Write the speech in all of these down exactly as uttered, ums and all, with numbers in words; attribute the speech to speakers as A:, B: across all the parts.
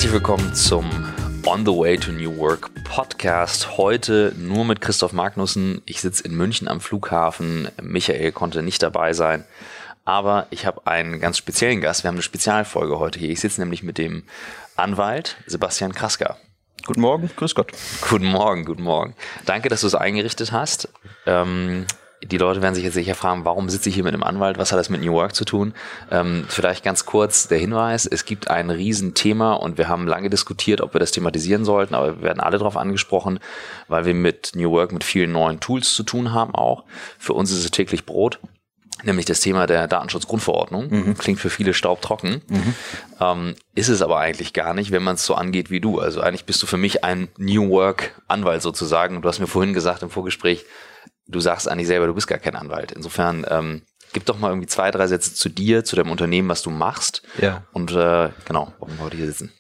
A: Herzlich willkommen zum On the Way to New Work Podcast. Heute nur mit Christoph Magnussen. Ich sitze in München am Flughafen. Michael konnte nicht dabei sein. Aber ich habe einen ganz speziellen Gast. Wir haben eine Spezialfolge heute hier. Ich sitze nämlich mit dem Anwalt Sebastian Kraska.
B: Guten Morgen, grüß Gott.
A: Guten Morgen, guten Morgen. Danke, dass du es eingerichtet hast. Ähm, die Leute werden sich jetzt sicher fragen, warum sitze ich hier mit einem Anwalt? Was hat das mit New Work zu tun? Ähm, vielleicht ganz kurz der Hinweis. Es gibt ein Riesenthema und wir haben lange diskutiert, ob wir das thematisieren sollten, aber wir werden alle darauf angesprochen, weil wir mit New Work mit vielen neuen Tools zu tun haben auch. Für uns ist es täglich Brot. Nämlich das Thema der Datenschutzgrundverordnung. Mhm. Klingt für viele staubtrocken. Mhm. Ähm, ist es aber eigentlich gar nicht, wenn man es so angeht wie du. Also eigentlich bist du für mich ein New Work-Anwalt sozusagen. Du hast mir vorhin gesagt im Vorgespräch, du sagst eigentlich selber, du bist gar kein Anwalt. Insofern ähm, gib doch mal irgendwie zwei, drei Sätze zu dir, zu deinem Unternehmen, was du machst.
B: Ja.
A: Und äh, genau, warum wir heute hier sitzen.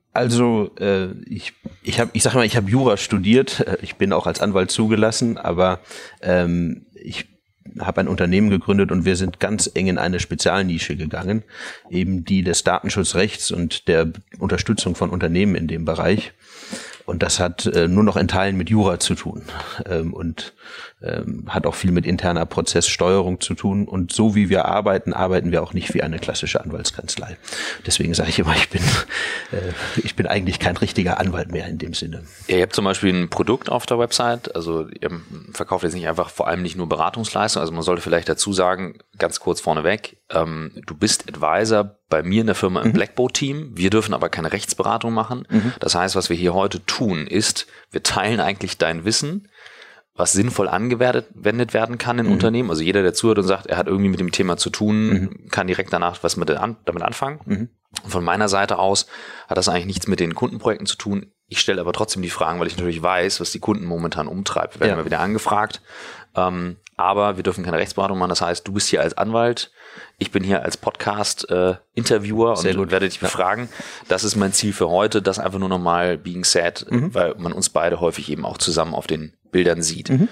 B: Also äh, ich ich habe ich sage mal, ich habe Jura studiert. Ich bin auch als Anwalt zugelassen, aber ähm, ich habe ein Unternehmen gegründet und wir sind ganz eng in eine Spezialnische gegangen, eben die des Datenschutzrechts und der Unterstützung von Unternehmen in dem Bereich. Und das hat äh, nur noch in Teilen mit Jura zu tun ähm, und ähm, hat auch viel mit interner Prozesssteuerung zu tun. Und so wie wir arbeiten, arbeiten wir auch nicht wie eine klassische Anwaltskanzlei. Deswegen sage ich immer, ich bin äh, ich bin eigentlich kein richtiger Anwalt mehr in dem Sinne.
A: Ja, ihr habt zum Beispiel ein Produkt auf der Website, also ihr verkauft jetzt nicht einfach vor allem nicht nur Beratungsleistung, also man sollte vielleicht dazu sagen, ganz kurz vorneweg, ähm, du bist Advisor bei mir in der Firma im mhm. Blackboard-Team. Wir dürfen aber keine Rechtsberatung machen. Mhm. Das heißt, was wir hier heute tun, ist, wir teilen eigentlich dein Wissen, was sinnvoll angewendet werden kann in mhm. Unternehmen. Also jeder, der zuhört und sagt, er hat irgendwie mit dem Thema zu tun, mhm. kann direkt danach was mit an, damit anfangen. Mhm. Und von meiner Seite aus hat das eigentlich nichts mit den Kundenprojekten zu tun. Ich stelle aber trotzdem die Fragen, weil ich natürlich weiß, was die Kunden momentan umtreibt. Wir werden ja. immer wieder angefragt. Ähm, aber wir dürfen keine Rechtsberatung machen. Das heißt, du bist hier als Anwalt, ich bin hier als Podcast-Interviewer äh, und gut. werde dich befragen. Ja. Das ist mein Ziel für heute, das einfach nur nochmal being said, mhm. weil man uns beide häufig eben auch zusammen auf den Bildern sieht.
B: Mhm.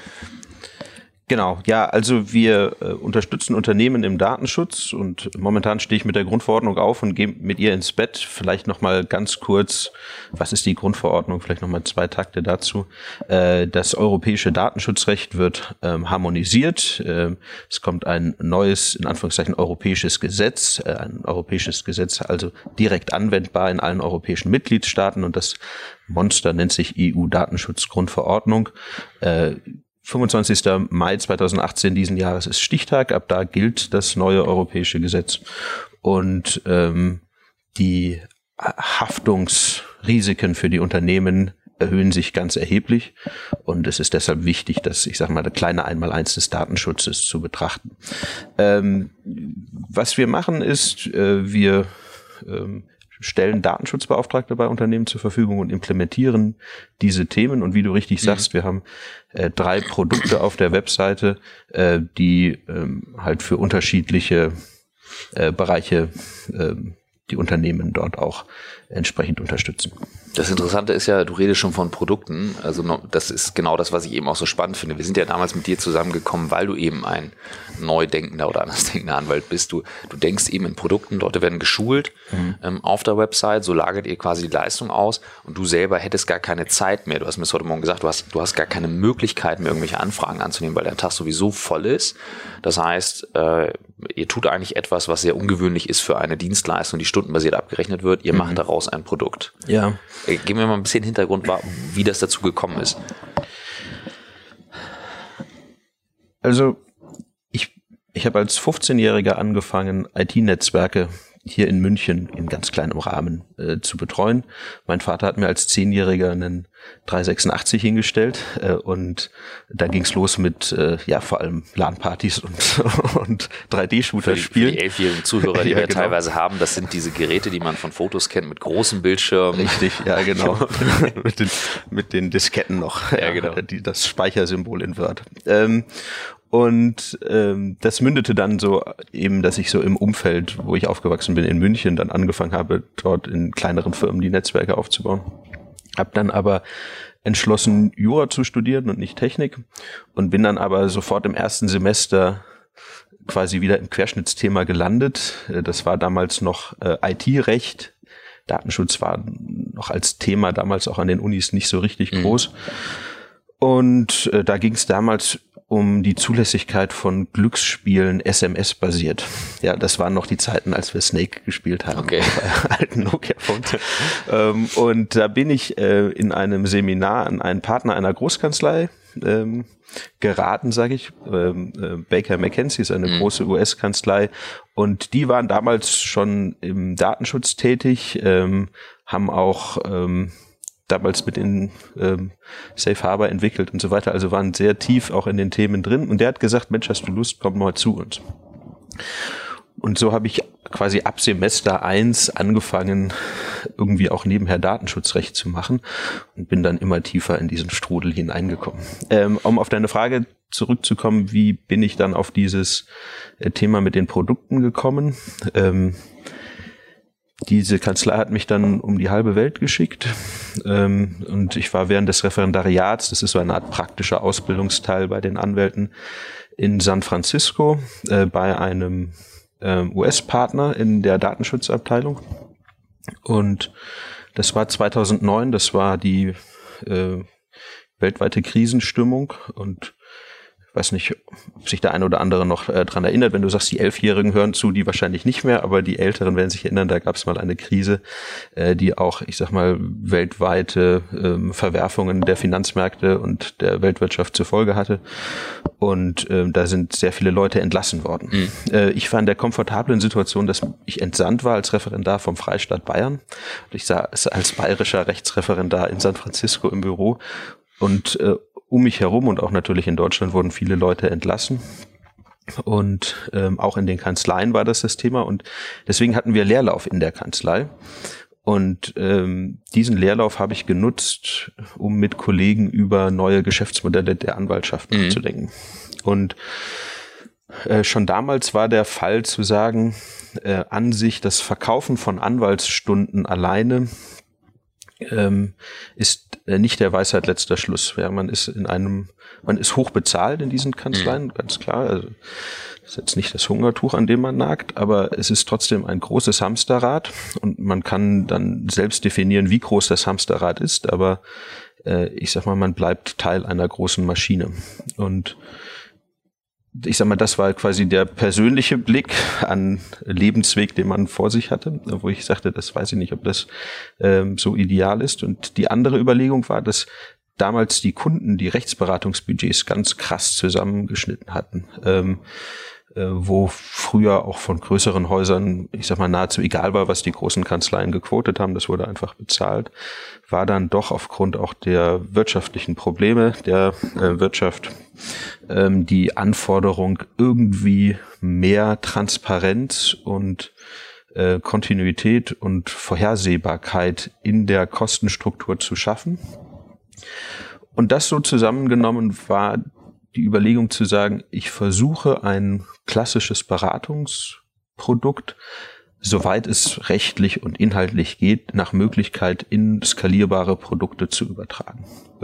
B: Genau, ja, also wir äh, unterstützen Unternehmen im Datenschutz und momentan stehe ich mit der Grundverordnung auf und gehe mit ihr ins Bett. Vielleicht nochmal ganz kurz, was ist die Grundverordnung? Vielleicht nochmal zwei Takte dazu. Äh, das europäische Datenschutzrecht wird ähm, harmonisiert. Äh, es kommt ein neues, in Anführungszeichen, europäisches Gesetz, äh, ein europäisches Gesetz, also direkt anwendbar in allen europäischen Mitgliedstaaten und das Monster nennt sich E U-Datenschutzgrundverordnung. Äh, fünfundzwanzigster Mai zweitausendachtzehn diesen Jahres ist Stichtag, ab da gilt das neue europäische Gesetz und ähm, die Haftungsrisiken für die Unternehmen erhöhen sich ganz erheblich und es ist deshalb wichtig, das, ich sage mal, der kleine Einmaleins des Datenschutzes zu betrachten. Ähm, was wir machen ist, äh, wir ähm, stellen Datenschutzbeauftragte bei Unternehmen zur Verfügung und implementieren diese Themen. Und wie du richtig sagst, mhm. wir haben äh, drei Produkte auf der Webseite, äh, die ähm, halt für unterschiedliche äh, Bereiche äh, die Unternehmen dort auch entsprechend unterstützen.
A: Das Interessante ist ja, du redest schon von Produkten, also das ist genau das, was ich eben auch so spannend finde. Wir sind ja damals mit dir zusammengekommen, weil du eben ein neu denkender oder anders denkender Anwalt bist. Du, du denkst eben in Produkten, Leute werden geschult mhm. ähm, auf der Website, so lagert ihr quasi die Leistung aus und du selber hättest gar keine Zeit mehr. Du hast mir das heute Morgen gesagt, du hast, du hast gar keine Möglichkeit mehr, irgendwelche Anfragen anzunehmen, weil der Tag sowieso voll ist. Das heißt, äh, ihr tut eigentlich etwas, was sehr ungewöhnlich ist für eine Dienstleistung, die stundenbasiert abgerechnet wird. Ihr mhm. macht daraus ein Produkt.
B: Ja.
A: Gib mir mal ein bisschen Hintergrund, wie das dazu gekommen ist.
B: Also ich, ich habe als fünfzehnjähriger angefangen, I T-Netzwerke hier in München in ganz kleinem Rahmen äh, zu betreuen. Mein Vater hat mir als Zehnjähriger einen drei sechsundachtzig hingestellt äh, und da ging's los mit äh, ja vor allem LAN-Partys und, und drei D-Shooter-Spielen.
A: Für die elfjährigen Zuhörer, die ja, wir genau. teilweise haben, das sind diese Geräte, die man von Fotos kennt, mit großen Bildschirmen.
B: Richtig, ja genau. mit, den, mit den Disketten noch,
A: ja, genau.
B: die, das Speichersymbol in Word. Ähm, Und ähm, das mündete dann so eben, dass ich so im Umfeld, wo ich aufgewachsen bin, in München, dann angefangen habe, dort in kleineren Firmen die Netzwerke aufzubauen. Hab dann aber entschlossen, Jura zu studieren und nicht Technik und bin dann aber sofort im ersten Semester quasi wieder im Querschnittsthema gelandet. Das war damals noch äh, I T-Recht. Datenschutz war noch als Thema damals auch an den Unis nicht so richtig mhm. groß. Und äh, da ging es damals um die Zulässigkeit von Glücksspielen S M S-basiert. Ja, das waren noch die Zeiten, als wir Snake gespielt haben.
A: Okay.
B: Auf alten Nokia-Phones. ähm, und da bin ich äh, in einem Seminar an einen Partner einer Großkanzlei ähm, geraten, sage ich. Ähm, äh, Baker McKenzie ist eine mhm. große U S-Kanzlei. Und die waren damals schon im Datenschutz tätig, ähm, haben auch ähm, damals mit in ähm, Safe Harbor entwickelt und so weiter, also waren sehr tief auch in den Themen drin. Und der hat gesagt, Mensch, hast du Lust, komm mal zu uns. Und so habe ich quasi ab Semester eins angefangen, irgendwie auch nebenher Datenschutzrecht zu machen und bin dann immer tiefer in diesen Strudel hineingekommen. Ähm, um auf deine Frage zurückzukommen, wie bin ich dann auf dieses äh, Thema mit den Produkten gekommen? Ähm, Diese Kanzlei hat mich dann um die halbe Welt geschickt ähm, und ich war während des Referendariats, das ist so eine Art praktischer Ausbildungsteil bei den Anwälten, in San Francisco äh, bei einem äh, U S-Partner in der Datenschutzabteilung. Und das war zweitausendneun, das war die äh, weltweite Krisenstimmung und ich weiß nicht, ob sich der eine oder andere noch äh, dran erinnert. Wenn du sagst, die Elfjährigen hören zu, die wahrscheinlich nicht mehr, aber die Älteren werden sich erinnern, da gab es mal eine Krise, äh, die auch, ich sag mal, weltweite ähm, Verwerfungen der Finanzmärkte und der Weltwirtschaft zur Folge hatte. Und äh, da sind sehr viele Leute entlassen worden. Mhm. Äh, ich war in der komfortablen Situation, dass ich entsandt war als Referendar vom Freistaat Bayern. Und ich saß als bayerischer Rechtsreferendar in San Francisco im Büro und äh, um mich herum und auch natürlich in Deutschland wurden viele Leute entlassen und ähm, auch in den Kanzleien war das das Thema und deswegen hatten wir Leerlauf in der Kanzlei und ähm, diesen Leerlauf habe ich genutzt, um mit Kollegen über neue Geschäftsmodelle der Anwaltschaft mhm. nachzudenken. Und äh, schon damals war der Fall zu sagen, äh, an sich das Verkaufen von Anwaltsstunden alleine Ähm, ist äh, nicht der Weisheit letzter Schluss. Ja, man ist in einem, man ist hoch bezahlt in diesen Kanzleien, mhm. ganz klar. Also das ist jetzt nicht das Hungertuch, an dem man nagt, aber es ist trotzdem ein großes Hamsterrad und man kann dann selbst definieren, wie groß das Hamsterrad ist, aber äh, ich sag mal, man bleibt Teil einer großen Maschine. Und ich sag mal, das war quasi der persönliche Blick an Lebensweg, den man vor sich hatte, wo ich sagte, das weiß ich nicht, ob das ähm, so ideal ist. Und die andere Überlegung war, dass damals die Kunden die Rechtsberatungsbudgets ganz krass zusammengeschnitten hatten, ähm, äh, wo früher auch von größeren Häusern, ich sag mal, nahezu egal war, was die großen Kanzleien gequotet haben, das wurde einfach bezahlt, war dann doch aufgrund auch der wirtschaftlichen Probleme der äh, Wirtschaft ähm, die Anforderung, irgendwie mehr Transparenz und äh, Kontinuität und Vorhersehbarkeit in der Kostenstruktur zu schaffen. Und das so zusammengenommen war die Überlegung zu sagen, ich versuche ein klassisches Beratungsprodukt, soweit es rechtlich und inhaltlich geht, nach Möglichkeit in skalierbare Produkte zu übertragen.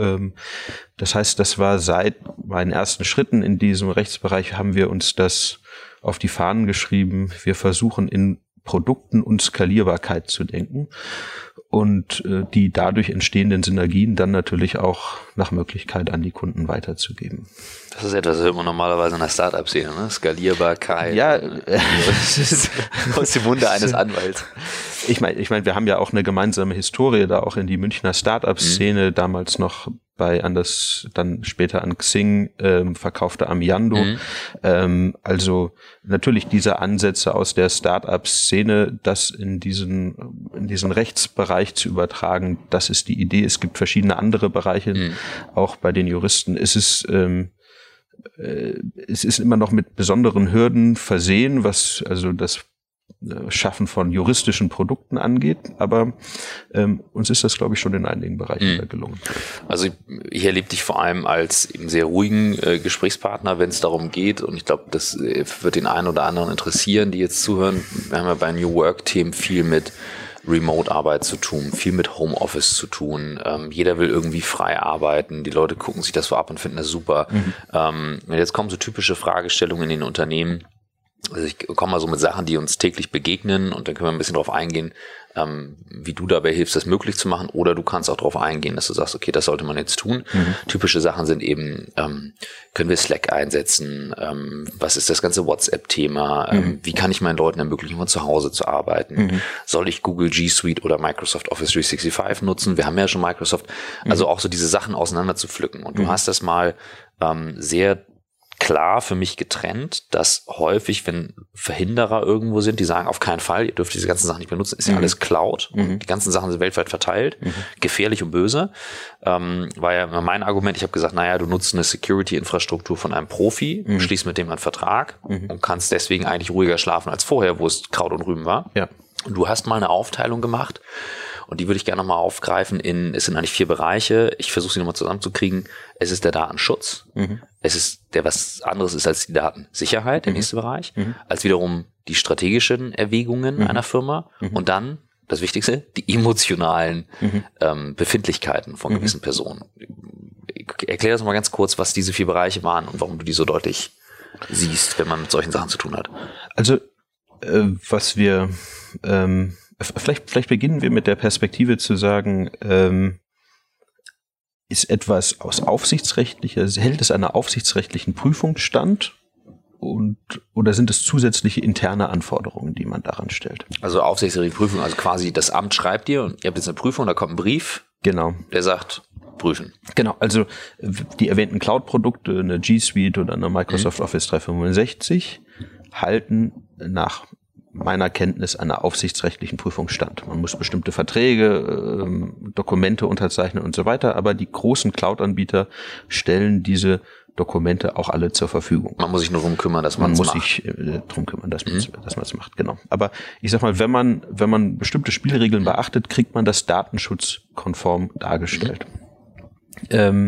B: Das heißt, das war seit meinen ersten Schritten in diesem Rechtsbereich, haben wir uns das auf die Fahnen geschrieben. Wir versuchen in Produkten und Skalierbarkeit zu denken und äh, die dadurch entstehenden Synergien dann natürlich auch nach Möglichkeit an die Kunden weiterzugeben.
A: Das ist etwas, das hört man normalerweise in der Startup-Szene, ne? Skalierbarkeit.
B: Ja, äh,
A: aus dem Munde eines Anwalts.
B: Ich meine, ich meine, wir haben ja auch eine gemeinsame Historie da auch in die Münchner Startup-Szene, mhm. damals noch bei Anders, dann später an Xing ähm, verkaufte Amiando. Mhm. Ähm, also natürlich diese Ansätze aus der Startup-Szene, das in diesen in diesen Rechtsbereich zu übertragen, das ist die Idee. Es gibt verschiedene andere Bereiche, mhm. auch bei den Juristen. Es ist ähm, äh, es ist immer noch mit besonderen Hürden versehen, was also das Schaffen von juristischen Produkten angeht, aber ähm, uns ist das, glaube ich, schon in einigen Bereichen mhm. gelungen.
A: Also ich, ich erlebe dich vor allem als eben sehr ruhigen äh, Gesprächspartner, wenn es darum geht, und ich glaube, das äh, wird den einen oder anderen interessieren, die jetzt zuhören. Wir haben ja bei New Work-Themen viel mit Remote-Arbeit zu tun, viel mit Homeoffice zu tun. Ähm, jeder will irgendwie frei arbeiten. Die Leute gucken sich das so ab und finden das super. Mhm. Ähm, jetzt kommen so typische Fragestellungen in den Unternehmen. Also ich komme mal so mit Sachen, die uns täglich begegnen und dann können wir ein bisschen drauf eingehen, ähm, wie du dabei hilfst, das möglich zu machen, oder du kannst auch darauf eingehen, dass du sagst, okay, das sollte man jetzt tun. Mhm. Typische Sachen sind eben, ähm, können wir Slack einsetzen, ähm, was ist das ganze WhatsApp-Thema, mhm. ähm, wie kann ich meinen Leuten ermöglichen, von zu Hause zu arbeiten, mhm. soll ich Google G Suite oder Microsoft Office dreihundertfünfundsechzig nutzen, wir haben ja schon Microsoft, also mhm. auch so diese Sachen auseinander zu pflücken, und du mhm. hast das mal ähm, sehr klar für mich getrennt, dass häufig, wenn Verhinderer irgendwo sind, die sagen, auf keinen Fall, ihr dürft diese ganzen Sachen nicht benutzen, ist ja mhm. alles Cloud und mhm. die ganzen Sachen sind weltweit verteilt, mhm. gefährlich und böse, ähm, war ja immer mein Argument. Ich habe gesagt, naja, du nutzt eine Security-Infrastruktur von einem Profi, mhm. schließt mit dem einen Vertrag mhm. und kannst deswegen eigentlich ruhiger schlafen als vorher, wo es Kraut und Rüben war. Ja. Und du hast mal eine Aufteilung gemacht, und die würde ich gerne nochmal aufgreifen in, es sind eigentlich vier Bereiche, ich versuche sie nochmal zusammenzukriegen. Es ist der Datenschutz, mhm. es ist der, was anderes ist als die Datensicherheit, der mhm. nächste Bereich, mhm. als wiederum die strategischen Erwägungen mhm. einer Firma mhm. und dann, das Wichtigste, die emotionalen mhm. ähm, Befindlichkeiten von gewissen mhm. Personen. Erklär das mal ganz kurz, was diese vier Bereiche waren und warum du die so deutlich siehst, wenn man mit solchen Sachen zu tun hat.
B: Also, äh, was wir... Ähm Vielleicht, vielleicht beginnen wir mit der Perspektive zu sagen, ähm, ist etwas aus aufsichtsrechtlicher, hält es einer aufsichtsrechtlichen Prüfung stand, und oder sind es zusätzliche interne Anforderungen, die man daran stellt?
A: Also aufsichtsrechtliche Prüfung, also quasi das Amt schreibt dir und ihr habt jetzt eine Prüfung, da kommt ein Brief,
B: genau,
A: der sagt, prüfen.
B: Genau, also die erwähnten Cloud-Produkte, eine G Suite oder eine Microsoft mhm. Office dreihundertfünfundsechzig halten nach meiner Kenntnis einer aufsichtsrechtlichen Prüfung stand. Man muss bestimmte Verträge, ähm, Dokumente unterzeichnen und so weiter, aber die großen Cloud-Anbieter stellen diese Dokumente auch alle zur Verfügung.
A: Man muss sich nur darum kümmern, dass man es macht.
B: Man muss sich äh, darum kümmern, dass man es mhm. dass man es macht, genau. Aber ich sag mal, wenn man wenn man bestimmte Spielregeln beachtet, kriegt man das datenschutzkonform dargestellt. Mhm. Ähm,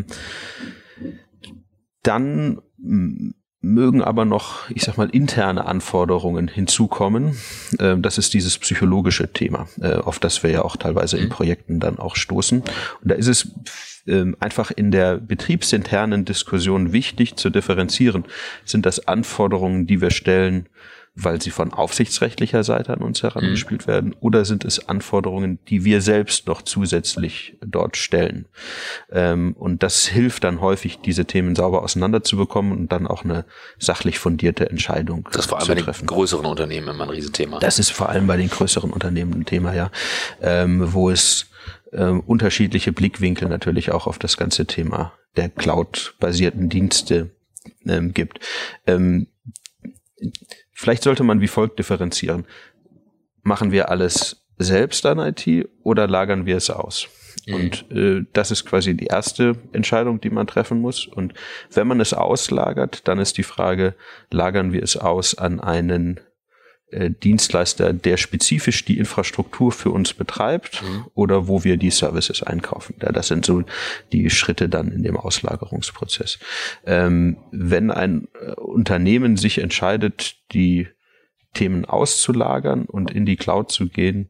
B: dann mögen aber noch, ich sag mal, interne Anforderungen hinzukommen. Das ist dieses psychologische Thema, auf das wir ja auch teilweise in Projekten dann auch stoßen. Und da ist es einfach in der betriebsinternen Diskussion wichtig zu differenzieren. Sind das Anforderungen, die wir stellen, weil sie von aufsichtsrechtlicher Seite an uns herangespielt mhm. werden, oder sind es Anforderungen, die wir selbst noch zusätzlich dort stellen? Ähm, und das hilft dann häufig, diese Themen sauber auseinanderzubekommen und dann auch eine sachlich fundierte Entscheidung zu treffen. Das ist vor allem bei den
A: größeren Unternehmen immer ein Riesenthema.
B: Das ist vor allem bei den größeren Unternehmen ein Thema, ja, ähm, wo es ähm, unterschiedliche Blickwinkel natürlich auch auf das ganze Thema der Cloud-basierten Dienste ähm, gibt. Ähm, Vielleicht sollte man wie folgt differenzieren. Machen wir alles selbst an I T oder lagern wir es aus? Mhm. Und äh, das ist quasi die erste Entscheidung, die man treffen muss. Und wenn man es auslagert, dann ist die Frage, lagern wir es aus an einen äh, Dienstleister, der spezifisch die Infrastruktur für uns betreibt, mhm. oder wo wir die Services einkaufen. Ja, das sind so die Schritte dann in dem Auslagerungsprozess. Ähm, wenn ein äh, Unternehmen sich entscheidet, die Themen auszulagern und in die Cloud zu gehen,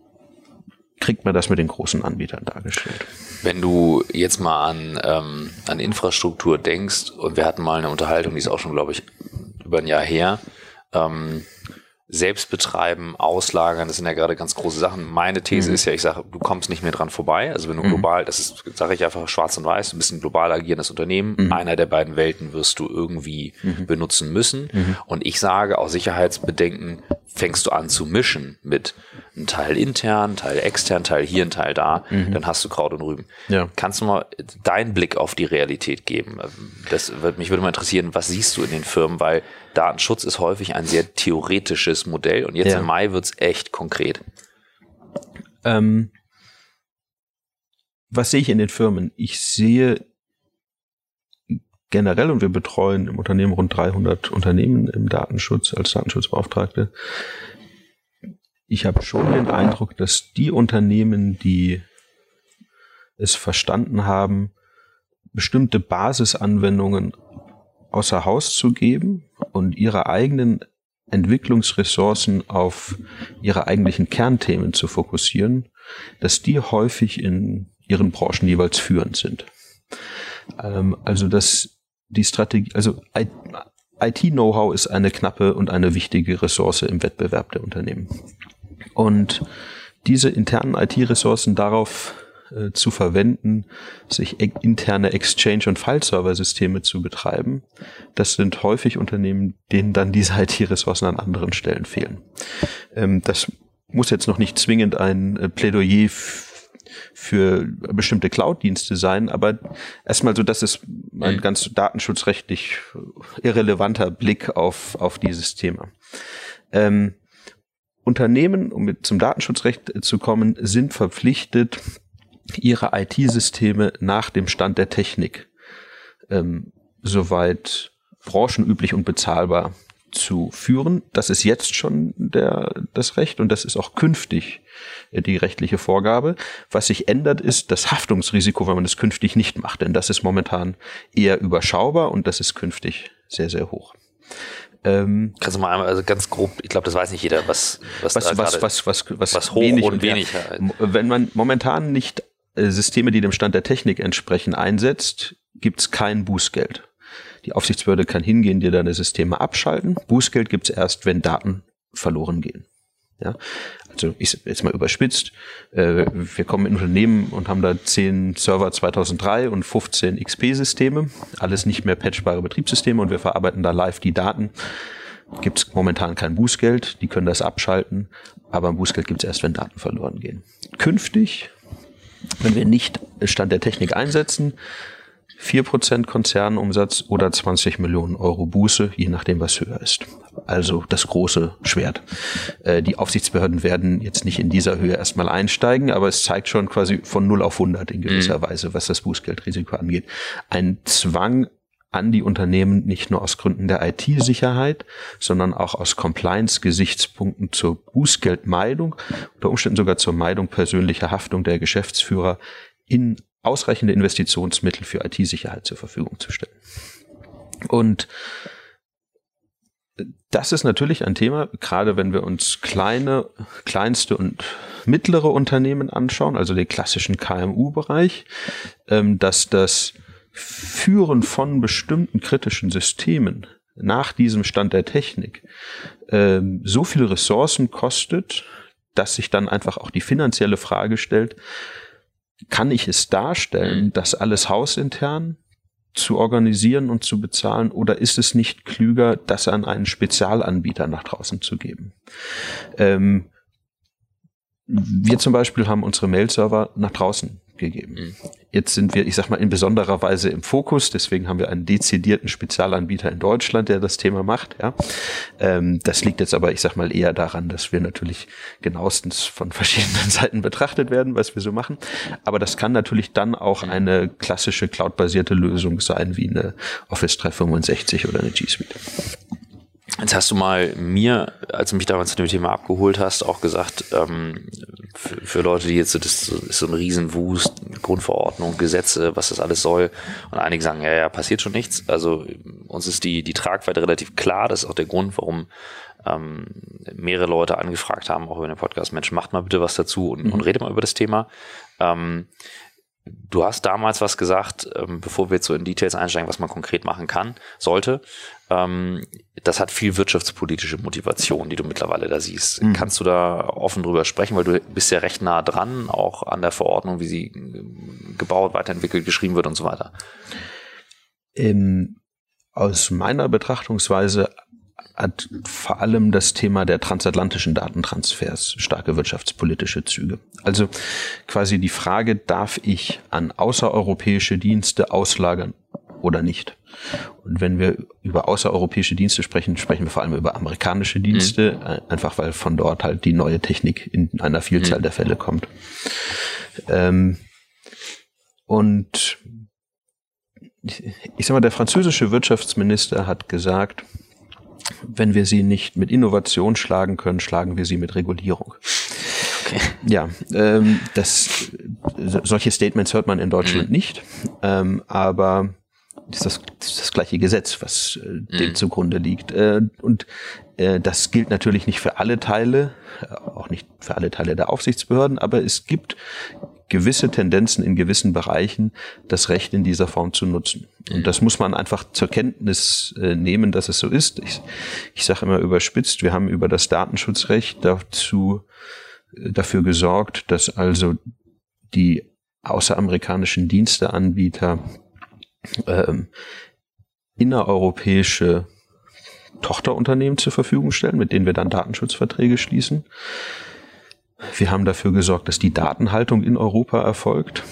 B: kriegt man das mit den großen Anbietern dargestellt.
A: Wenn du jetzt mal an, ähm, an Infrastruktur denkst, und wir hatten mal eine Unterhaltung, die ist auch schon, glaube ich, über ein Jahr her, ähm, selbst betreiben, auslagern, das sind ja gerade ganz große Sachen. Meine These mhm. ist ja, ich sage, du kommst nicht mehr dran vorbei. Also wenn du mhm. global, das ist, sage ich einfach schwarz und weiß, du bist ein global agierendes Unternehmen. Mhm. Einer der beiden Welten wirst du irgendwie mhm. benutzen müssen. Mhm. Und ich sage, aus Sicherheitsbedenken fängst du an zu mischen mit einem Teil intern, Teil extern, Teil hier, ein Teil da. Mhm. Dann hast du Kraut und Rüben. Ja. Kannst du mal deinen Blick auf die Realität geben? Das wird, mich würde mal interessieren, was siehst du in den Firmen? Weil Datenschutz ist häufig ein sehr theoretisches Modell und jetzt ja. im Mai wird's echt konkret.
B: Ähm, was sehe ich in den Firmen? Ich sehe generell, und wir betreuen im Unternehmen rund dreihundert Unternehmen im Datenschutz als Datenschutzbeauftragte. Ich habe schon den Eindruck, dass die Unternehmen, die es verstanden haben, bestimmte Basisanwendungen außer Haus zu geben und ihre eigenen Entwicklungsressourcen auf ihre eigentlichen Kernthemen zu fokussieren, dass die häufig in ihren Branchen jeweils führend sind. Ähm, also dass die Strategie, also I T-Know-how ist eine knappe und eine wichtige Ressource im Wettbewerb der Unternehmen. Und diese internen I T-Ressourcen darauf äh, zu verwenden, sich e- interne Exchange- und File-Server-Systeme zu betreiben, das sind häufig Unternehmen, denen dann diese I T-Ressourcen an anderen Stellen fehlen. Ähm, das muss jetzt noch nicht zwingend ein äh, Plädoyer f- für bestimmte Cloud-Dienste sein, aber erstmal so, das ist ein ganz datenschutzrechtlich irrelevanter Blick auf, auf dieses Thema. Ähm, Unternehmen, um mit zum Datenschutzrecht zu kommen, sind verpflichtet, ihre I T-Systeme nach dem Stand der Technik ähm, soweit branchenüblich und bezahlbar zu führen. Das ist jetzt schon der, das Recht und das ist auch künftig die rechtliche Vorgabe. Was sich ändert, ist das Haftungsrisiko, wenn man es künftig nicht macht, denn das ist momentan eher überschaubar und das ist künftig sehr, sehr hoch. Ähm,
A: Kannst du mal einmal, also ganz grob, ich glaube, das weiß nicht jeder, was was
B: was
A: da
B: was,
A: gerade,
B: was was was
A: was hoch
B: wenig
A: und
B: und
A: wenig.
B: Ja, wenn man momentan nicht äh, Systeme, die dem Stand der Technik entsprechen, einsetzt, gibt's kein Bußgeld. Die Aufsichtsbehörde kann hingehen, dir deine Systeme abschalten. Bußgeld gibt's erst, wenn Daten verloren gehen. Ja, also ich jetzt mal überspitzt, äh, wir kommen in Unternehmen und haben da zehn Server zweitausenddrei und fünfzehn X P-Systeme, alles nicht mehr patchbare Betriebssysteme und wir verarbeiten da live die Daten. Gibt's momentan kein Bußgeld, die können das abschalten, aber ein Bußgeld gibt's erst, wenn Daten verloren gehen. Künftig, wenn wir nicht Stand der Technik einsetzen, vier Prozent Konzernumsatz oder zwanzig Millionen Euro Buße, je nachdem, was höher ist. Also das große Schwert. Äh, die Aufsichtsbehörden werden jetzt nicht in dieser Höhe erstmal einsteigen, aber es zeigt schon quasi von null auf hundert in gewisser mhm. Weise, was das Bußgeldrisiko angeht. Ein Zwang an die Unternehmen, nicht nur aus Gründen der I T-Sicherheit, sondern auch aus Compliance-Gesichtspunkten zur Bußgeldmeidung, unter Umständen sogar zur Meidung persönlicher Haftung der Geschäftsführer in ausreichende Investitionsmittel für I T-Sicherheit zur Verfügung zu stellen. Und das ist natürlich ein Thema, gerade wenn wir uns kleine, kleinste und mittlere Unternehmen anschauen, also den klassischen K M U-Bereich, dass das Führen von bestimmten kritischen Systemen nach diesem Stand der Technik so viele Ressourcen kostet, dass sich dann einfach auch die finanzielle Frage stellt, kann ich es darstellen, das alles hausintern zu organisieren und zu bezahlen, oder ist es nicht klüger, das an einen Spezialanbieter nach draußen zu geben? Ähm, wir zum Beispiel haben unsere Mail-Server nach draußen gegeben. Mhm. Jetzt sind wir, ich sag mal, in besonderer Weise im Fokus, deswegen haben wir einen dezidierten Spezialanbieter in Deutschland, der das Thema macht. Ja, ähm, das liegt jetzt aber, ich sag mal, eher daran, dass wir natürlich genauestens von verschiedenen Seiten betrachtet werden, was wir so machen. Aber das kann natürlich dann auch eine klassische Cloud-basierte Lösung sein, wie eine Office dreihundertfünfundsechzig oder eine G Suite.
A: Jetzt hast du mal mir, als du mich damals zu dem Thema abgeholt hast, auch gesagt, ähm, für, für Leute, die jetzt so, das ist so ein Riesenwust, Grundverordnung, Gesetze, was das alles soll. Und einige sagen, ja, ja, passiert schon nichts. Also uns ist die, die Tragweite relativ klar. Das ist auch der Grund, warum ähm, mehrere Leute angefragt haben, auch über den Podcast, Mensch, macht mal bitte was dazu und, mhm. und redet mal über das Thema. Ähm, Du hast damals was gesagt, ähm, bevor wir jetzt so in Details einsteigen, was man konkret machen kann, sollte. Ähm, das hat viel wirtschaftspolitische Motivation, die du mittlerweile da siehst. Mhm. Kannst du da offen drüber sprechen, weil du bist ja recht nah dran, auch an der Verordnung, wie sie gebaut, weiterentwickelt, geschrieben wird und so weiter.
B: Ähm, aus meiner Betrachtungsweise hat vor allem das Thema der transatlantischen Datentransfers starke wirtschaftspolitische Züge. Also quasi die Frage, darf ich an außereuropäische Dienste auslagern oder nicht? Und wenn wir über außereuropäische Dienste sprechen, sprechen wir vor allem über amerikanische Dienste, mhm. einfach weil von dort halt die neue Technik in einer Vielzahl mhm. der Fälle kommt. Ähm, und ich sag mal, der französische Wirtschaftsminister hat gesagt, wenn wir sie nicht mit Innovation schlagen können, schlagen wir sie mit Regulierung. Okay. Ja, ähm, das, solche Statements hört man in Deutschland mhm. nicht, ähm, aber das ist das, das, ist das gleiche Gesetz, was äh, mhm. dem zugrunde liegt. Äh, und äh, das gilt natürlich nicht für alle Teile, auch nicht für alle Teile der Aufsichtsbehörden, aber es gibt gewisse Tendenzen in gewissen Bereichen, das Recht in dieser Form zu nutzen. Und das muss man einfach zur Kenntnis äh, nehmen, dass es so ist. Ich, ich sage immer überspitzt, wir haben über das Datenschutzrecht dazu, äh, dafür gesorgt, dass also die außeramerikanischen Diensteanbieter ähm, innereuropäische Tochterunternehmen zur Verfügung stellen, mit denen wir dann Datenschutzverträge schließen. Wir haben dafür gesorgt, dass die Datenhaltung in Europa erfolgt.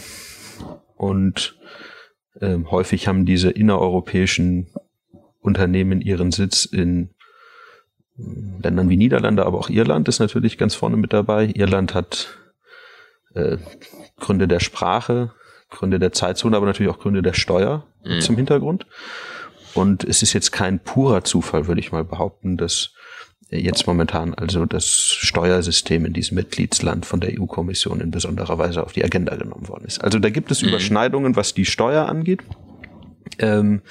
B: Und äh, häufig haben diese innereuropäischen Unternehmen ihren Sitz in Ländern wie Niederlande, aber auch Irland ist natürlich ganz vorne mit dabei. Irland hat äh, Gründe der Sprache, Gründe der Zeitzone, aber natürlich auch Gründe der Steuer mhm. zum Hintergrund. Und es ist jetzt kein purer Zufall, würde ich mal behaupten, dass jetzt momentan also das Steuersystem in diesem Mitgliedsland von der E U-Kommission in besonderer Weise auf die Agenda genommen worden ist. Also da gibt es mhm. Überschneidungen, was die Steuer angeht. Ähm,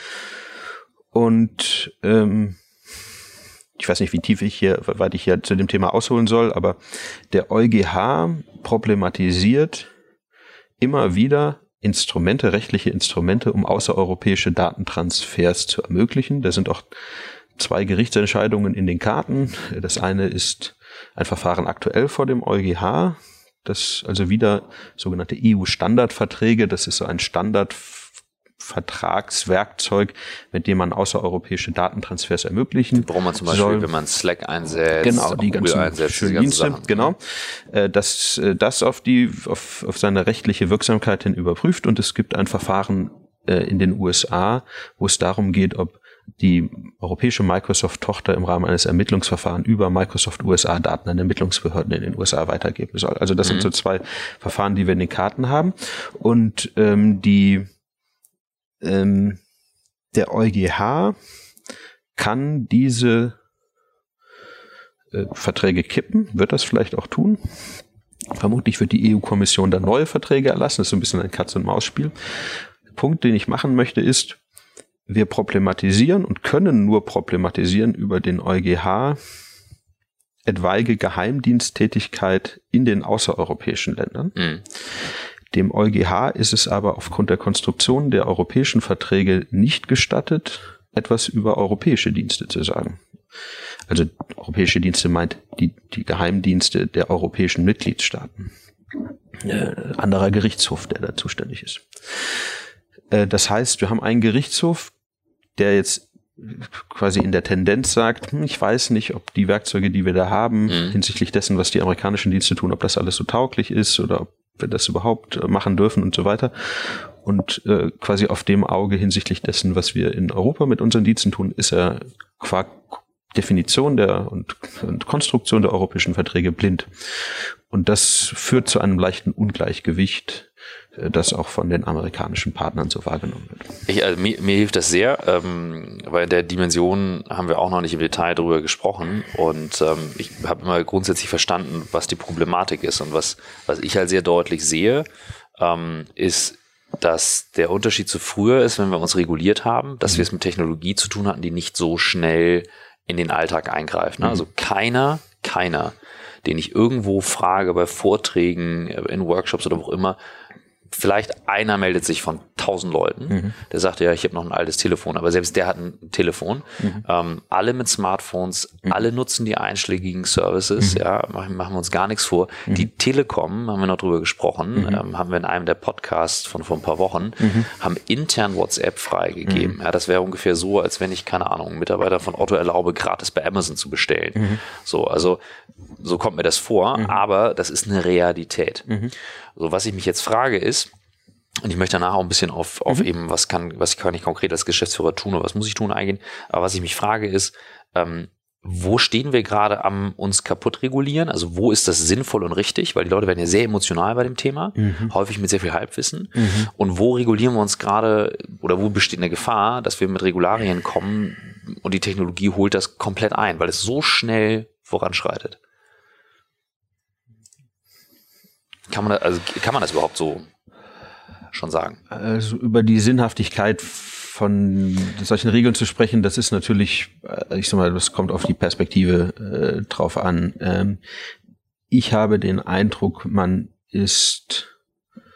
B: und ähm, ich weiß nicht, wie tief ich hier, weit ich hier zu dem Thema ausholen soll, aber der EuGH problematisiert immer wieder Instrumente, rechtliche Instrumente, um außereuropäische Datentransfers zu ermöglichen. Da sind auch zwei Gerichtsentscheidungen in den Karten. Das eine ist ein Verfahren aktuell vor dem EuGH, das also wieder sogenannte E U-Standardverträge, das ist so ein Standardvertragswerkzeug, mit dem man außereuropäische Datentransfers ermöglichen
A: braucht man zum Beispiel,
B: soll.
A: Wenn man Slack einsetzt,
B: genau, die
A: Google
B: ganzen
A: einsetzt,
B: schönen
A: die ganzen
B: Dienste,
A: Sachen.
B: genau, dass das auf die auf, auf seine rechtliche Wirksamkeit hin überprüft, und es gibt ein Verfahren äh, in den U S A, wo es darum geht, ob die europäische Microsoft-Tochter im Rahmen eines Ermittlungsverfahrens über Microsoft U S A-Daten an Ermittlungsbehörden in den U S A weitergeben soll. Also das mhm. sind so zwei Verfahren, die wir in den Karten haben. Und ähm, die ähm, der EuGH kann diese äh, Verträge kippen, wird das vielleicht auch tun. Vermutlich wird die E U-Kommission dann neue Verträge erlassen. Das ist so ein bisschen ein Katz-und-Maus-Spiel. Der Punkt, den ich machen möchte, ist, wir problematisieren und können nur problematisieren über den EuGH etwaige Geheimdiensttätigkeit in den außereuropäischen Ländern. Mhm. Dem EuGH ist es aber aufgrund der Konstruktion der europäischen Verträge nicht gestattet, etwas über europäische Dienste zu sagen. Also europäische Dienste meint die, die Geheimdienste der europäischen Mitgliedstaaten. Äh, anderer Gerichtshof, der da zuständig ist. Äh, das heißt, wir haben einen Gerichtshof, der jetzt quasi in der Tendenz sagt, hm, ich weiß nicht, ob die Werkzeuge, die wir da haben, mhm. hinsichtlich dessen, was die amerikanischen Dienste tun, ob das alles so tauglich ist oder ob wir das überhaupt machen dürfen und so weiter. Und äh, quasi auf dem Auge hinsichtlich dessen, was wir in Europa mit unseren Diensten tun, ist er qua Definition der und, und Konstruktion der europäischen Verträge blind. Und das führt zu einem leichten Ungleichgewicht, das auch von den amerikanischen Partnern so wahrgenommen wird.
A: Ich, also mir, mir hilft das sehr, ähm, weil in der Dimension haben wir auch noch nicht im Detail darüber gesprochen, und ähm, ich habe immer grundsätzlich verstanden, was die Problematik ist, und was, was ich halt sehr deutlich sehe, ähm, ist, dass der Unterschied zu früher ist, wenn wir uns reguliert haben, dass mhm. wir es mit Technologie zu tun hatten, die nicht so schnell in den Alltag eingreift. Ne? Mhm. Also keiner, keiner, den ich irgendwo frage bei Vorträgen, in Workshops oder wo auch immer, vielleicht einer meldet sich von tausend Leuten, mhm. der sagt, ja, ich habe noch ein altes Telefon, aber selbst der hat ein Telefon. Mhm. Ähm, alle mit Smartphones, mhm. alle nutzen die einschlägigen Services, mhm. ja, machen, machen wir uns gar nichts vor. Mhm. Die Telekom, haben wir noch drüber gesprochen, mhm. ähm, haben wir in einem der Podcasts von vor ein paar Wochen, mhm. haben intern WhatsApp freigegeben. Mhm. Ja, das wäre ungefähr so, als wenn ich, keine Ahnung, einen Mitarbeiter von Otto erlaube, gratis bei Amazon zu bestellen. Mhm. So, also so kommt mir das vor, mhm. aber das ist eine Realität. Mhm. So, was ich mich jetzt frage ist, und ich möchte danach auch ein bisschen auf, auf mhm. eben, was kann, was kann ich konkret als Geschäftsführer tun oder was muss ich tun eingehen, aber was ich mich frage ist, ähm, wo stehen wir gerade am uns kaputt regulieren? Also wo ist das sinnvoll und richtig? Weil die Leute werden ja sehr emotional bei dem Thema, mhm. häufig mit sehr viel Halbwissen. Mhm. Und wo regulieren wir uns gerade, oder wo besteht eine Gefahr, dass wir mit Regularien kommen und die Technologie holt das komplett ein, weil es so schnell voranschreitet? Kann man, da, also kann man das überhaupt so schon sagen?
B: Also über die Sinnhaftigkeit von solchen Regeln zu sprechen, das ist natürlich, ich sag mal, das kommt auf die Perspektive äh, drauf an. Ähm, ich habe den Eindruck, man ist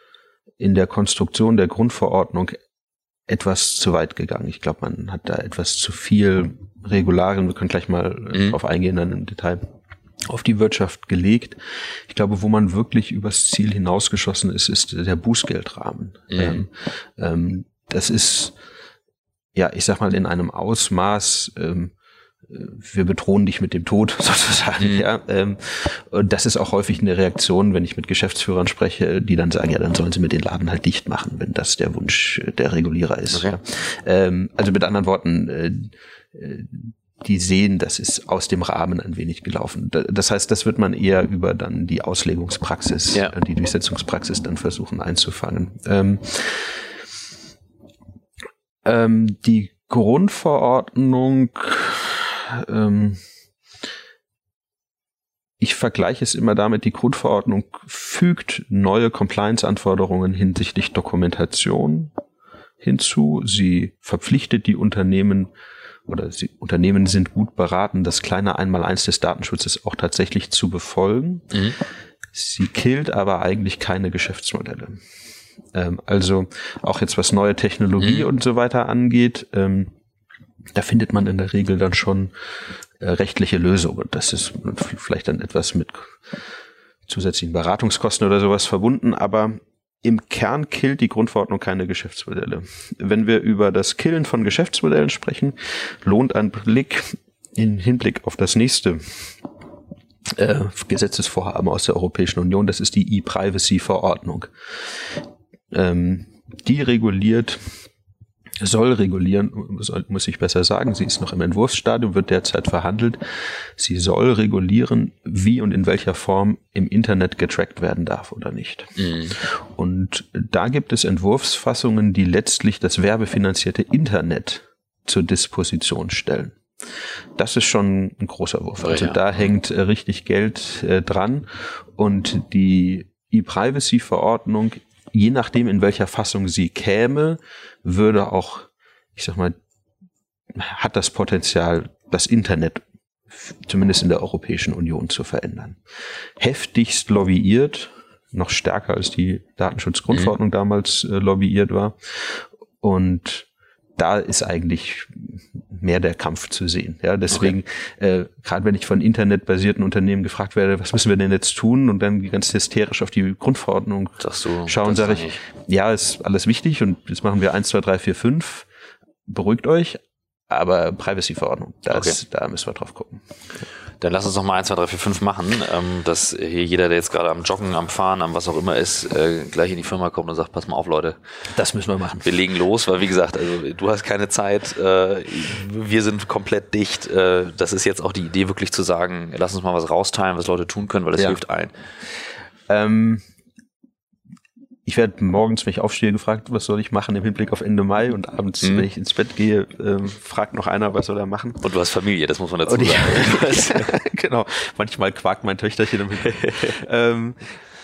B: in der Konstruktion der Grundverordnung etwas zu weit gegangen. Ich glaube, man hat da etwas zu viel Regularien, wir können gleich mal mhm. drauf eingehen, dann im Detail, auf die Wirtschaft gelegt. Ich glaube, wo man wirklich übers Ziel hinausgeschossen ist, ist der Bußgeldrahmen. Mhm. Ähm, ähm, das ist, ja, ich sag mal, in einem Ausmaß, ähm, wir bedrohen dich mit dem Tod, sozusagen, mhm. ja. Ähm, und das ist auch häufig eine Reaktion, wenn ich mit Geschäftsführern spreche, die dann sagen, ja, dann sollen sie mit den Laden halt dicht machen, wenn das der Wunsch der Regulierer ist. Okay. Ja. Ähm, also mit anderen Worten, äh, die sehen, das ist aus dem Rahmen ein wenig gelaufen. Das heißt, das wird man eher über dann die Auslegungspraxis, ja. die Durchsetzungspraxis dann versuchen einzufangen. Ähm, ähm, die Grundverordnung, ähm, ich vergleiche es immer damit, die Grundverordnung fügt neue Compliance-Anforderungen hinsichtlich Dokumentation hinzu. Sie verpflichtet die Unternehmen, oder sie, Unternehmen sind gut beraten, das kleine Einmaleins des Datenschutzes auch tatsächlich zu befolgen. Mhm. Sie killt aber eigentlich keine Geschäftsmodelle. Ähm, also auch jetzt was neue Technologie mhm. und so weiter angeht, ähm, da findet man in der Regel dann schon äh, rechtliche Lösungen. Das ist vielleicht dann etwas mit zusätzlichen Beratungskosten oder sowas verbunden, aber im Kern killt die Grundverordnung keine Geschäftsmodelle. Wenn wir über das Killen von Geschäftsmodellen sprechen, lohnt ein Blick in Hinblick auf das nächste äh, Gesetzesvorhaben aus der Europäischen Union. Das ist die E-Privacy-Verordnung. Ähm, die reguliert, soll regulieren, soll, muss ich besser sagen, sie ist noch im Entwurfsstadium, wird derzeit verhandelt. Sie soll regulieren, wie und in welcher Form im Internet getrackt werden darf oder nicht. Mhm. Und da gibt es Entwurfsfassungen, die letztlich das werbefinanzierte Internet zur Disposition stellen. Das ist schon ein großer Wurf. Also ja. da hängt äh, richtig Geld äh, dran und die E-Privacy-Verordnung, je nachdem, in welcher Fassung sie käme, würde auch, ich sag mal, hat das Potenzial, das Internet zumindest in der Europäischen Union zu verändern. Heftigst lobbyiert, noch stärker als die Datenschutzgrundverordnung mhm. damals äh, lobbyiert war. Und da ist eigentlich mehr der Kampf zu sehen. Ja, deswegen, okay. äh, gerade wenn ich von internetbasierten Unternehmen gefragt werde, was müssen wir denn jetzt tun? Und dann ganz hysterisch auf die Grundverordnung so, schauen, sage ich, ja, ist alles wichtig und jetzt machen wir eins, zwei, drei, vier, fünf. Beruhigt euch, aber Privacy-Verordnung, okay. da müssen wir drauf gucken.
A: Dann lass uns noch mal eins, zwei, drei, vier, fünf machen, ähm, dass hier jeder, der jetzt gerade am Joggen, am Fahren, am was auch immer ist, äh, gleich in die Firma kommt und sagt, pass mal auf, Leute.
B: Das müssen wir machen.
A: Wir legen los, weil wie gesagt, also du hast keine Zeit, äh, wir sind komplett dicht. Äh, das ist jetzt auch die Idee, wirklich zu sagen, lass uns mal was rausteilen, was Leute tun können, weil das ja. hilft allen.
B: Ähm, ich werde morgens, wenn ich aufstehe, gefragt, was soll ich machen im Hinblick auf Ende Mai, und abends, mhm. wenn ich ins Bett gehe, äh, fragt noch einer, was soll er machen.
A: Und du hast Familie, das muss man dazu
B: und
A: sagen.
B: Ich, genau, manchmal quakt mein Töchterchen im Hinblick. ähm,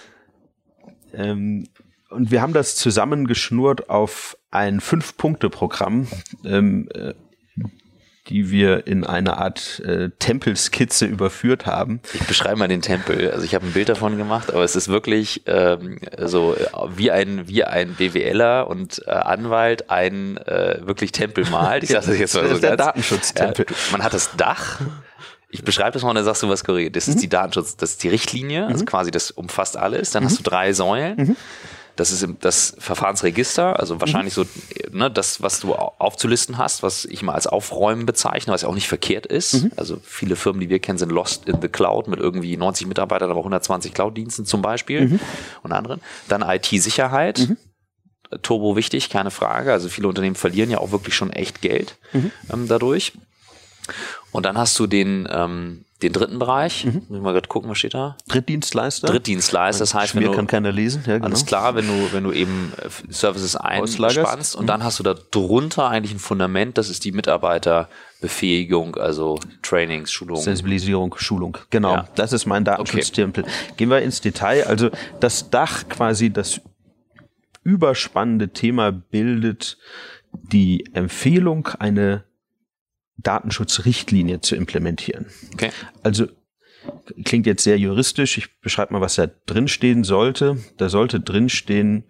B: ähm, und wir haben das zusammengeschnurrt auf ein Fünf-Punkte-Programm, ähm, äh, die wir in eine Art äh, Tempelskizze überführt haben.
A: Ich beschreibe mal den Tempel. Also ich habe ein Bild davon gemacht, aber es ist wirklich ähm, so wie ein wie ein BWLer und äh, Anwalt ein äh, wirklich Tempel malt. Ich sage das jetzt mal so
B: das ist
A: ganz.
B: Der Datenschutztempel.
A: Ja, man hat das Dach. Ich beschreibe das mal und dann sagst du was korrekt. Das ist mhm. die Datenschutz, das ist die Richtlinie, also mhm. quasi das umfasst alles. Dann mhm. hast du drei Säulen. Mhm. Das ist das Verfahrensregister, also wahrscheinlich mhm. so, ne, das, was du aufzulisten hast, was ich mal als Aufräumen bezeichne, was ja auch nicht verkehrt ist. Mhm. Also viele Firmen, die wir kennen, sind lost in the cloud mit irgendwie neunzig Mitarbeitern, aber hundertzwanzig Cloud-Diensten zum Beispiel mhm. und anderen. Dann I T-Sicherheit. Mhm. Turbo wichtig, keine Frage. Also viele Unternehmen verlieren ja auch wirklich schon echt Geld mhm. ähm, dadurch. Und dann hast du den, ähm, den dritten Bereich. Mhm. Muss ich mal gerade gucken, was steht da?
B: Drittdienstleister.
A: Drittdienstleister, das heißt, wenn du,
B: kann keiner lesen. Ja, genau.
A: Alles klar, wenn du, wenn du eben Services einspannst und mhm. dann hast du da drunter eigentlich ein Fundament, das ist die Mitarbeiterbefähigung, also Trainings, Schulung.
B: Sensibilisierung, Schulung. Genau. Ja. Das ist mein Datenschutztempel. Okay. Gehen wir ins Detail. Also das Dach, quasi das überspannende Thema, bildet die Empfehlung, eine Datenschutzrichtlinie zu implementieren.
A: Okay.
B: Also klingt jetzt sehr juristisch. Ich beschreibe mal, was da drinstehen sollte. Da sollte drinstehen,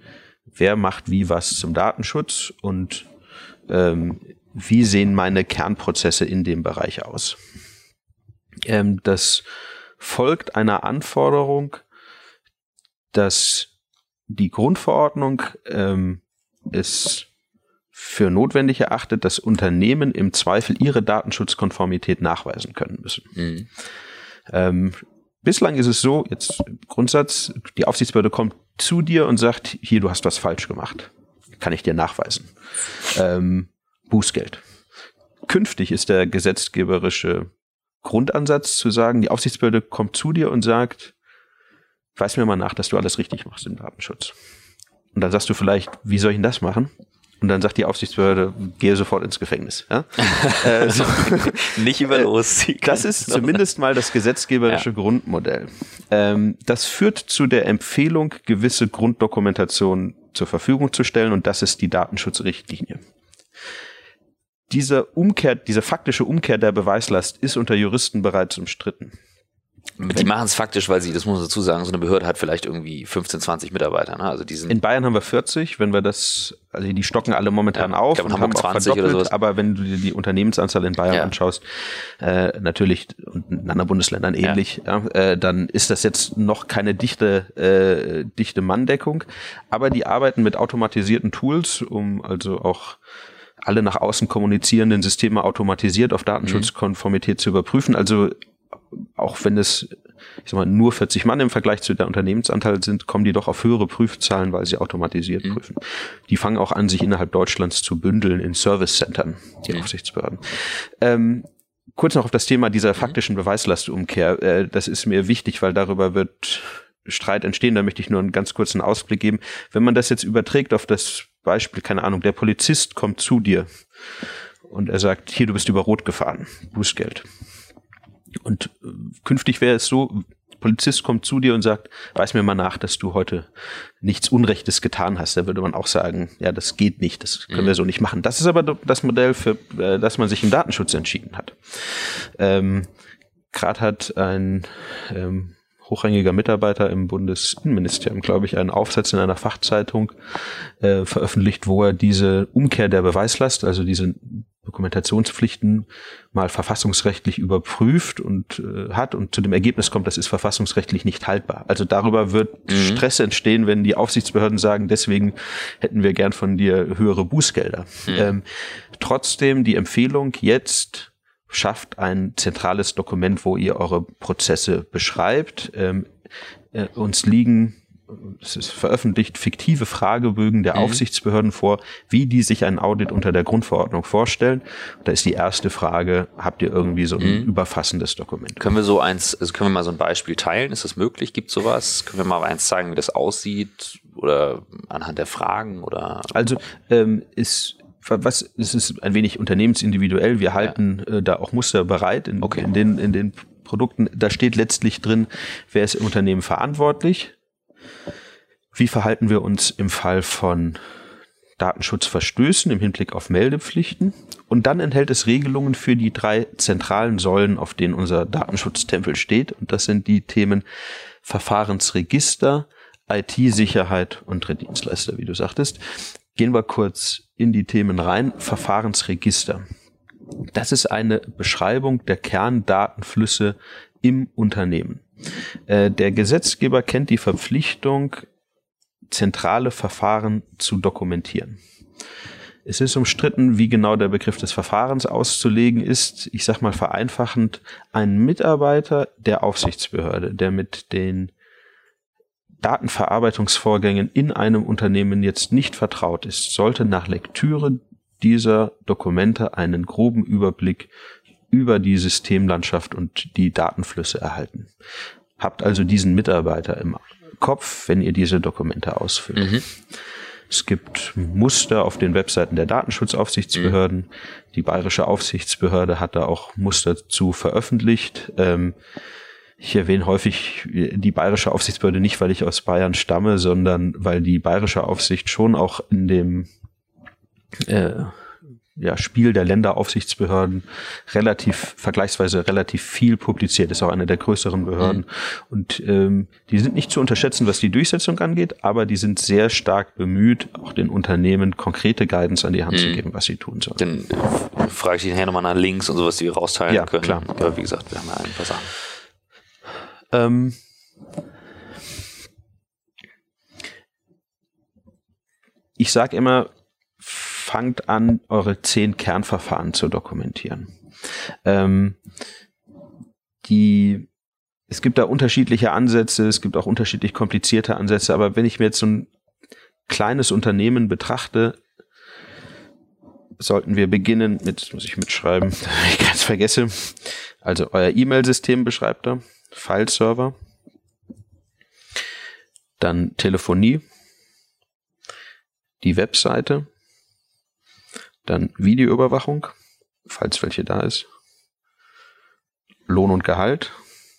B: wer macht wie was zum Datenschutz und ähm, wie sehen meine Kernprozesse in dem Bereich aus. Ähm, das folgt einer Anforderung, dass die Grundverordnung ähm, es für notwendig erachtet, dass Unternehmen im Zweifel ihre Datenschutzkonformität nachweisen können müssen. Mhm. Ähm, bislang ist es so, jetzt im Grundsatz, die Aufsichtsbehörde kommt zu dir und sagt, hier, du hast was falsch gemacht. Kann ich dir nachweisen. Ähm, Bußgeld. Künftig ist der gesetzgeberische Grundansatz zu sagen, die Aufsichtsbehörde kommt zu dir und sagt, weis mir mal nach, dass du alles richtig machst im Datenschutz. Und dann sagst du vielleicht, wie soll ich denn das machen? Und dann sagt die Aufsichtsbehörde, gehe sofort ins Gefängnis. Ja? äh, so.
A: Nicht über los.
B: Das ist zumindest mal das gesetzgeberische ja. Grundmodell. Ähm, das führt zu der Empfehlung, gewisse Grunddokumentation zur Verfügung zu stellen, und das ist die Datenschutzrichtlinie. Diese Umkehr, diese faktische Umkehr der Beweislast ist unter Juristen bereits umstritten.
A: Die machen es faktisch, weil sie, das muss man dazu sagen, so eine Behörde hat vielleicht irgendwie fünfzehn, zwanzig Mitarbeiter. Ne? Also die sind
B: in Bayern haben wir vierzig, wenn wir das, also die stocken alle momentan ja, auf
A: glaub,
B: und haben auch verdoppelt, aber wenn du dir die Unternehmensanzahl in Bayern ja. anschaust, äh, natürlich und in anderen Bundesländern ähnlich, ja. Ja, äh, dann ist das jetzt noch keine dichte, äh, dichte Manndeckung, aber die arbeiten mit automatisierten Tools, um also auch alle nach außen kommunizierenden Systeme automatisiert auf Datenschutzkonformität mhm. zu überprüfen. Also auch wenn es, ich sag mal, nur vierzig Mann im Vergleich zu der Unternehmensanteil sind, kommen die doch auf höhere Prüfzahlen, weil sie automatisiert mhm. prüfen. Die fangen auch an, sich innerhalb Deutschlands zu bündeln in Service-Centern, die mhm. Aufsichtsbehörden. Ähm, kurz noch auf das Thema dieser faktischen Beweislastumkehr. Äh, das ist mir wichtig, weil darüber wird Streit entstehen. Da möchte ich nur einen ganz kurzen Ausblick geben. Wenn man das jetzt überträgt auf das Beispiel, keine Ahnung, der Polizist kommt zu dir und er sagt, hier, du bist über Rot gefahren, Bußgeld. Und äh, künftig wäre es so, Polizist kommt zu dir und sagt, weis mir mal nach, dass du heute nichts Unrechtes getan hast. Da würde man auch sagen, ja, das geht nicht, das können mhm. wir so nicht machen. Das ist aber das Modell, für äh, das man sich im Datenschutz entschieden hat. Ähm, Gerade hat ein ähm, hochrangiger Mitarbeiter im Bundesinnenministerium, glaube ich, einen Aufsatz in einer Fachzeitung äh, veröffentlicht, wo er diese Umkehr der Beweislast, also diese Dokumentationspflichten mal verfassungsrechtlich überprüft und äh, hat und zu dem Ergebnis kommt, das ist verfassungsrechtlich nicht haltbar. Also darüber wird mhm. Stress entstehen, wenn die Aufsichtsbehörden sagen, deswegen hätten wir gern von dir höhere Bußgelder. Mhm. Ähm, trotzdem die Empfehlung jetzt, schafft ein zentrales Dokument, wo ihr eure Prozesse beschreibt. Ähm, äh, uns liegen, es ist veröffentlicht, fiktive Fragebögen der mhm. Aufsichtsbehörden vor, wie die sich ein Audit unter der Grundverordnung vorstellen. Da ist die erste Frage, habt ihr irgendwie so ein mhm. überfassendes Dokument?
A: Können wir so eins, also können wir mal so ein Beispiel teilen? Ist das möglich? Gibt es sowas? Können wir mal eins zeigen, wie das aussieht? Oder anhand der Fragen? Oder?
B: Also ähm, ist Was, es ist ein wenig unternehmensindividuell. Wir halten ja. äh, da auch Muster bereit in, okay. in, den, in den Produkten. Da steht letztlich drin, wer ist im Unternehmen verantwortlich? Wie verhalten wir uns im Fall von Datenschutzverstößen im Hinblick auf Meldepflichten? Und dann enthält es Regelungen für die drei zentralen Säulen, auf denen unser Datenschutztempel steht. Und das sind die Themen Verfahrensregister, I T-Sicherheit und Drittdienstleister, wie du sagtest. Gehen wir kurz in die Themen rein. Verfahrensregister. Das ist eine Beschreibung der Kerndatenflüsse im Unternehmen. Äh, der Gesetzgeber kennt die Verpflichtung, zentrale Verfahren zu dokumentieren. Es ist umstritten, wie genau der Begriff des Verfahrens auszulegen ist. Ich sage mal vereinfachend, ein Mitarbeiter der Aufsichtsbehörde, der mit den Datenverarbeitungsvorgängen in einem Unternehmen jetzt nicht vertraut ist, sollte nach Lektüre dieser Dokumente einen groben Überblick über die Systemlandschaft und die Datenflüsse erhalten. Habt also diesen Mitarbeiter im Kopf, wenn ihr diese Dokumente ausfüllt. Mhm. Es gibt Muster auf den Webseiten der Datenschutzaufsichtsbehörden. Mhm. Die Bayerische Aufsichtsbehörde hat da auch Muster zu veröffentlicht. Ähm, Ich erwähne häufig die Bayerische Aufsichtsbehörde nicht, weil ich aus Bayern stamme, sondern weil die Bayerische Aufsicht schon auch in dem äh, ja, Spiel der Länderaufsichtsbehörden relativ, vergleichsweise relativ viel publiziert, ist auch eine der größeren Behörden. Mhm. Und ähm, die sind nicht zu unterschätzen, was die Durchsetzung angeht, aber die sind sehr stark bemüht, auch den Unternehmen konkrete Guidance an die Hand mhm. zu geben, was sie tun sollen.
A: Dann äh, frage ich dich nachher nochmal nach Links und sowas, die wir rausteilen
B: ja,
A: können.
B: Klar.
A: Aber wie gesagt, wir haben ja ein paar Sachen.
B: Ähm, ich sage immer, fangt an, eure zehn Kernverfahren zu dokumentieren. Ähm, die, es gibt da unterschiedliche Ansätze, es gibt auch unterschiedlich komplizierte Ansätze, aber wenn ich mir jetzt so ein kleines Unternehmen betrachte, sollten wir beginnen mit, muss ich mitschreiben, damit ich ganz vergesse, also euer E-Mail-System beschreibt er, File-Server, dann Telefonie, die Webseite, dann Videoüberwachung, falls welche da ist, Lohn und Gehalt,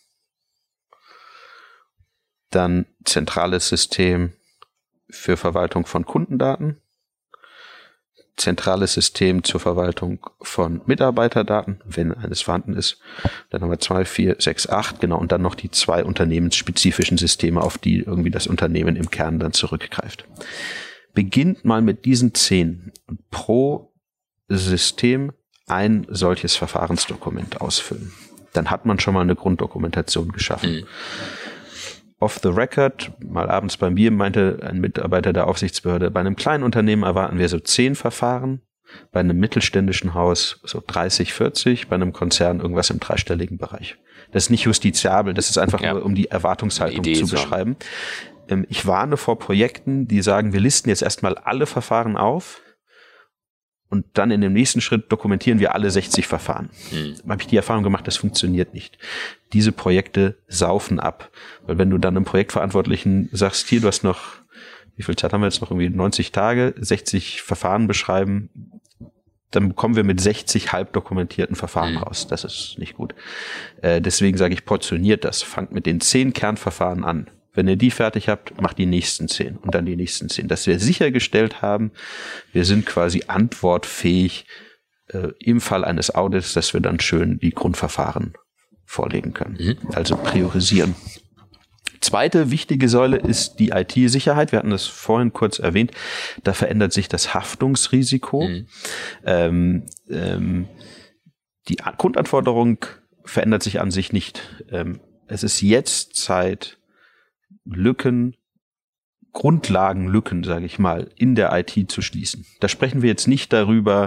B: dann zentrales System für Verwaltung von Kundendaten, zentrales System zur Verwaltung von Mitarbeiterdaten, wenn eines vorhanden ist. Dann haben wir zwei, vier, sechs, acht, genau, und dann noch die zwei unternehmensspezifischen Systeme, auf die irgendwie das Unternehmen im Kern dann zurückgreift. Beginnt mal mit diesen zehn und pro System ein solches Verfahrensdokument ausfüllen. Dann hat man schon mal eine Grunddokumentation geschaffen. Mhm. Off the record, mal abends bei mir meinte ein Mitarbeiter der Aufsichtsbehörde, bei einem kleinen Unternehmen erwarten wir so zehn Verfahren, bei einem mittelständischen Haus so dreißig, vierzig, bei einem Konzern irgendwas im dreistelligen Bereich. Das ist nicht justiziabel, das ist einfach ja. nur, um die Erwartungshaltung die zu beschreiben. Ähm, ich warne vor Projekten, die sagen, wir listen jetzt erstmal alle Verfahren auf und dann in dem nächsten Schritt dokumentieren wir alle sechzig Verfahren. Hm. Da habe ich die Erfahrung gemacht, das funktioniert nicht. Diese Projekte saufen ab. Weil wenn du dann einem Projektverantwortlichen sagst, hier, du hast noch, wie viel Zeit haben wir jetzt noch? Irgendwie neunzig Tage, sechzig Verfahren beschreiben, dann bekommen wir mit sechzig halb dokumentierten Verfahren hm. raus. Das ist nicht gut. Äh, deswegen sage ich, portioniert das. Fangt mit den zehn Kernverfahren an. Wenn ihr die fertig habt, macht die nächsten zehn und dann die nächsten zehn. Dass wir sichergestellt haben, wir sind quasi antwortfähig äh, im Fall eines Audits, dass wir dann schön die Grundverfahren vorlegen können. Mhm. Also priorisieren. Zweite wichtige Säule ist die I T-Sicherheit. Wir hatten das vorhin kurz erwähnt. Da verändert sich das Haftungsrisiko. Mhm. Ähm, ähm, die Grundanforderung verändert sich an sich nicht. Ähm, es ist jetzt Zeit, Lücken, Grundlagenlücken, sage ich mal, in der I T zu schließen. Da sprechen wir jetzt nicht darüber,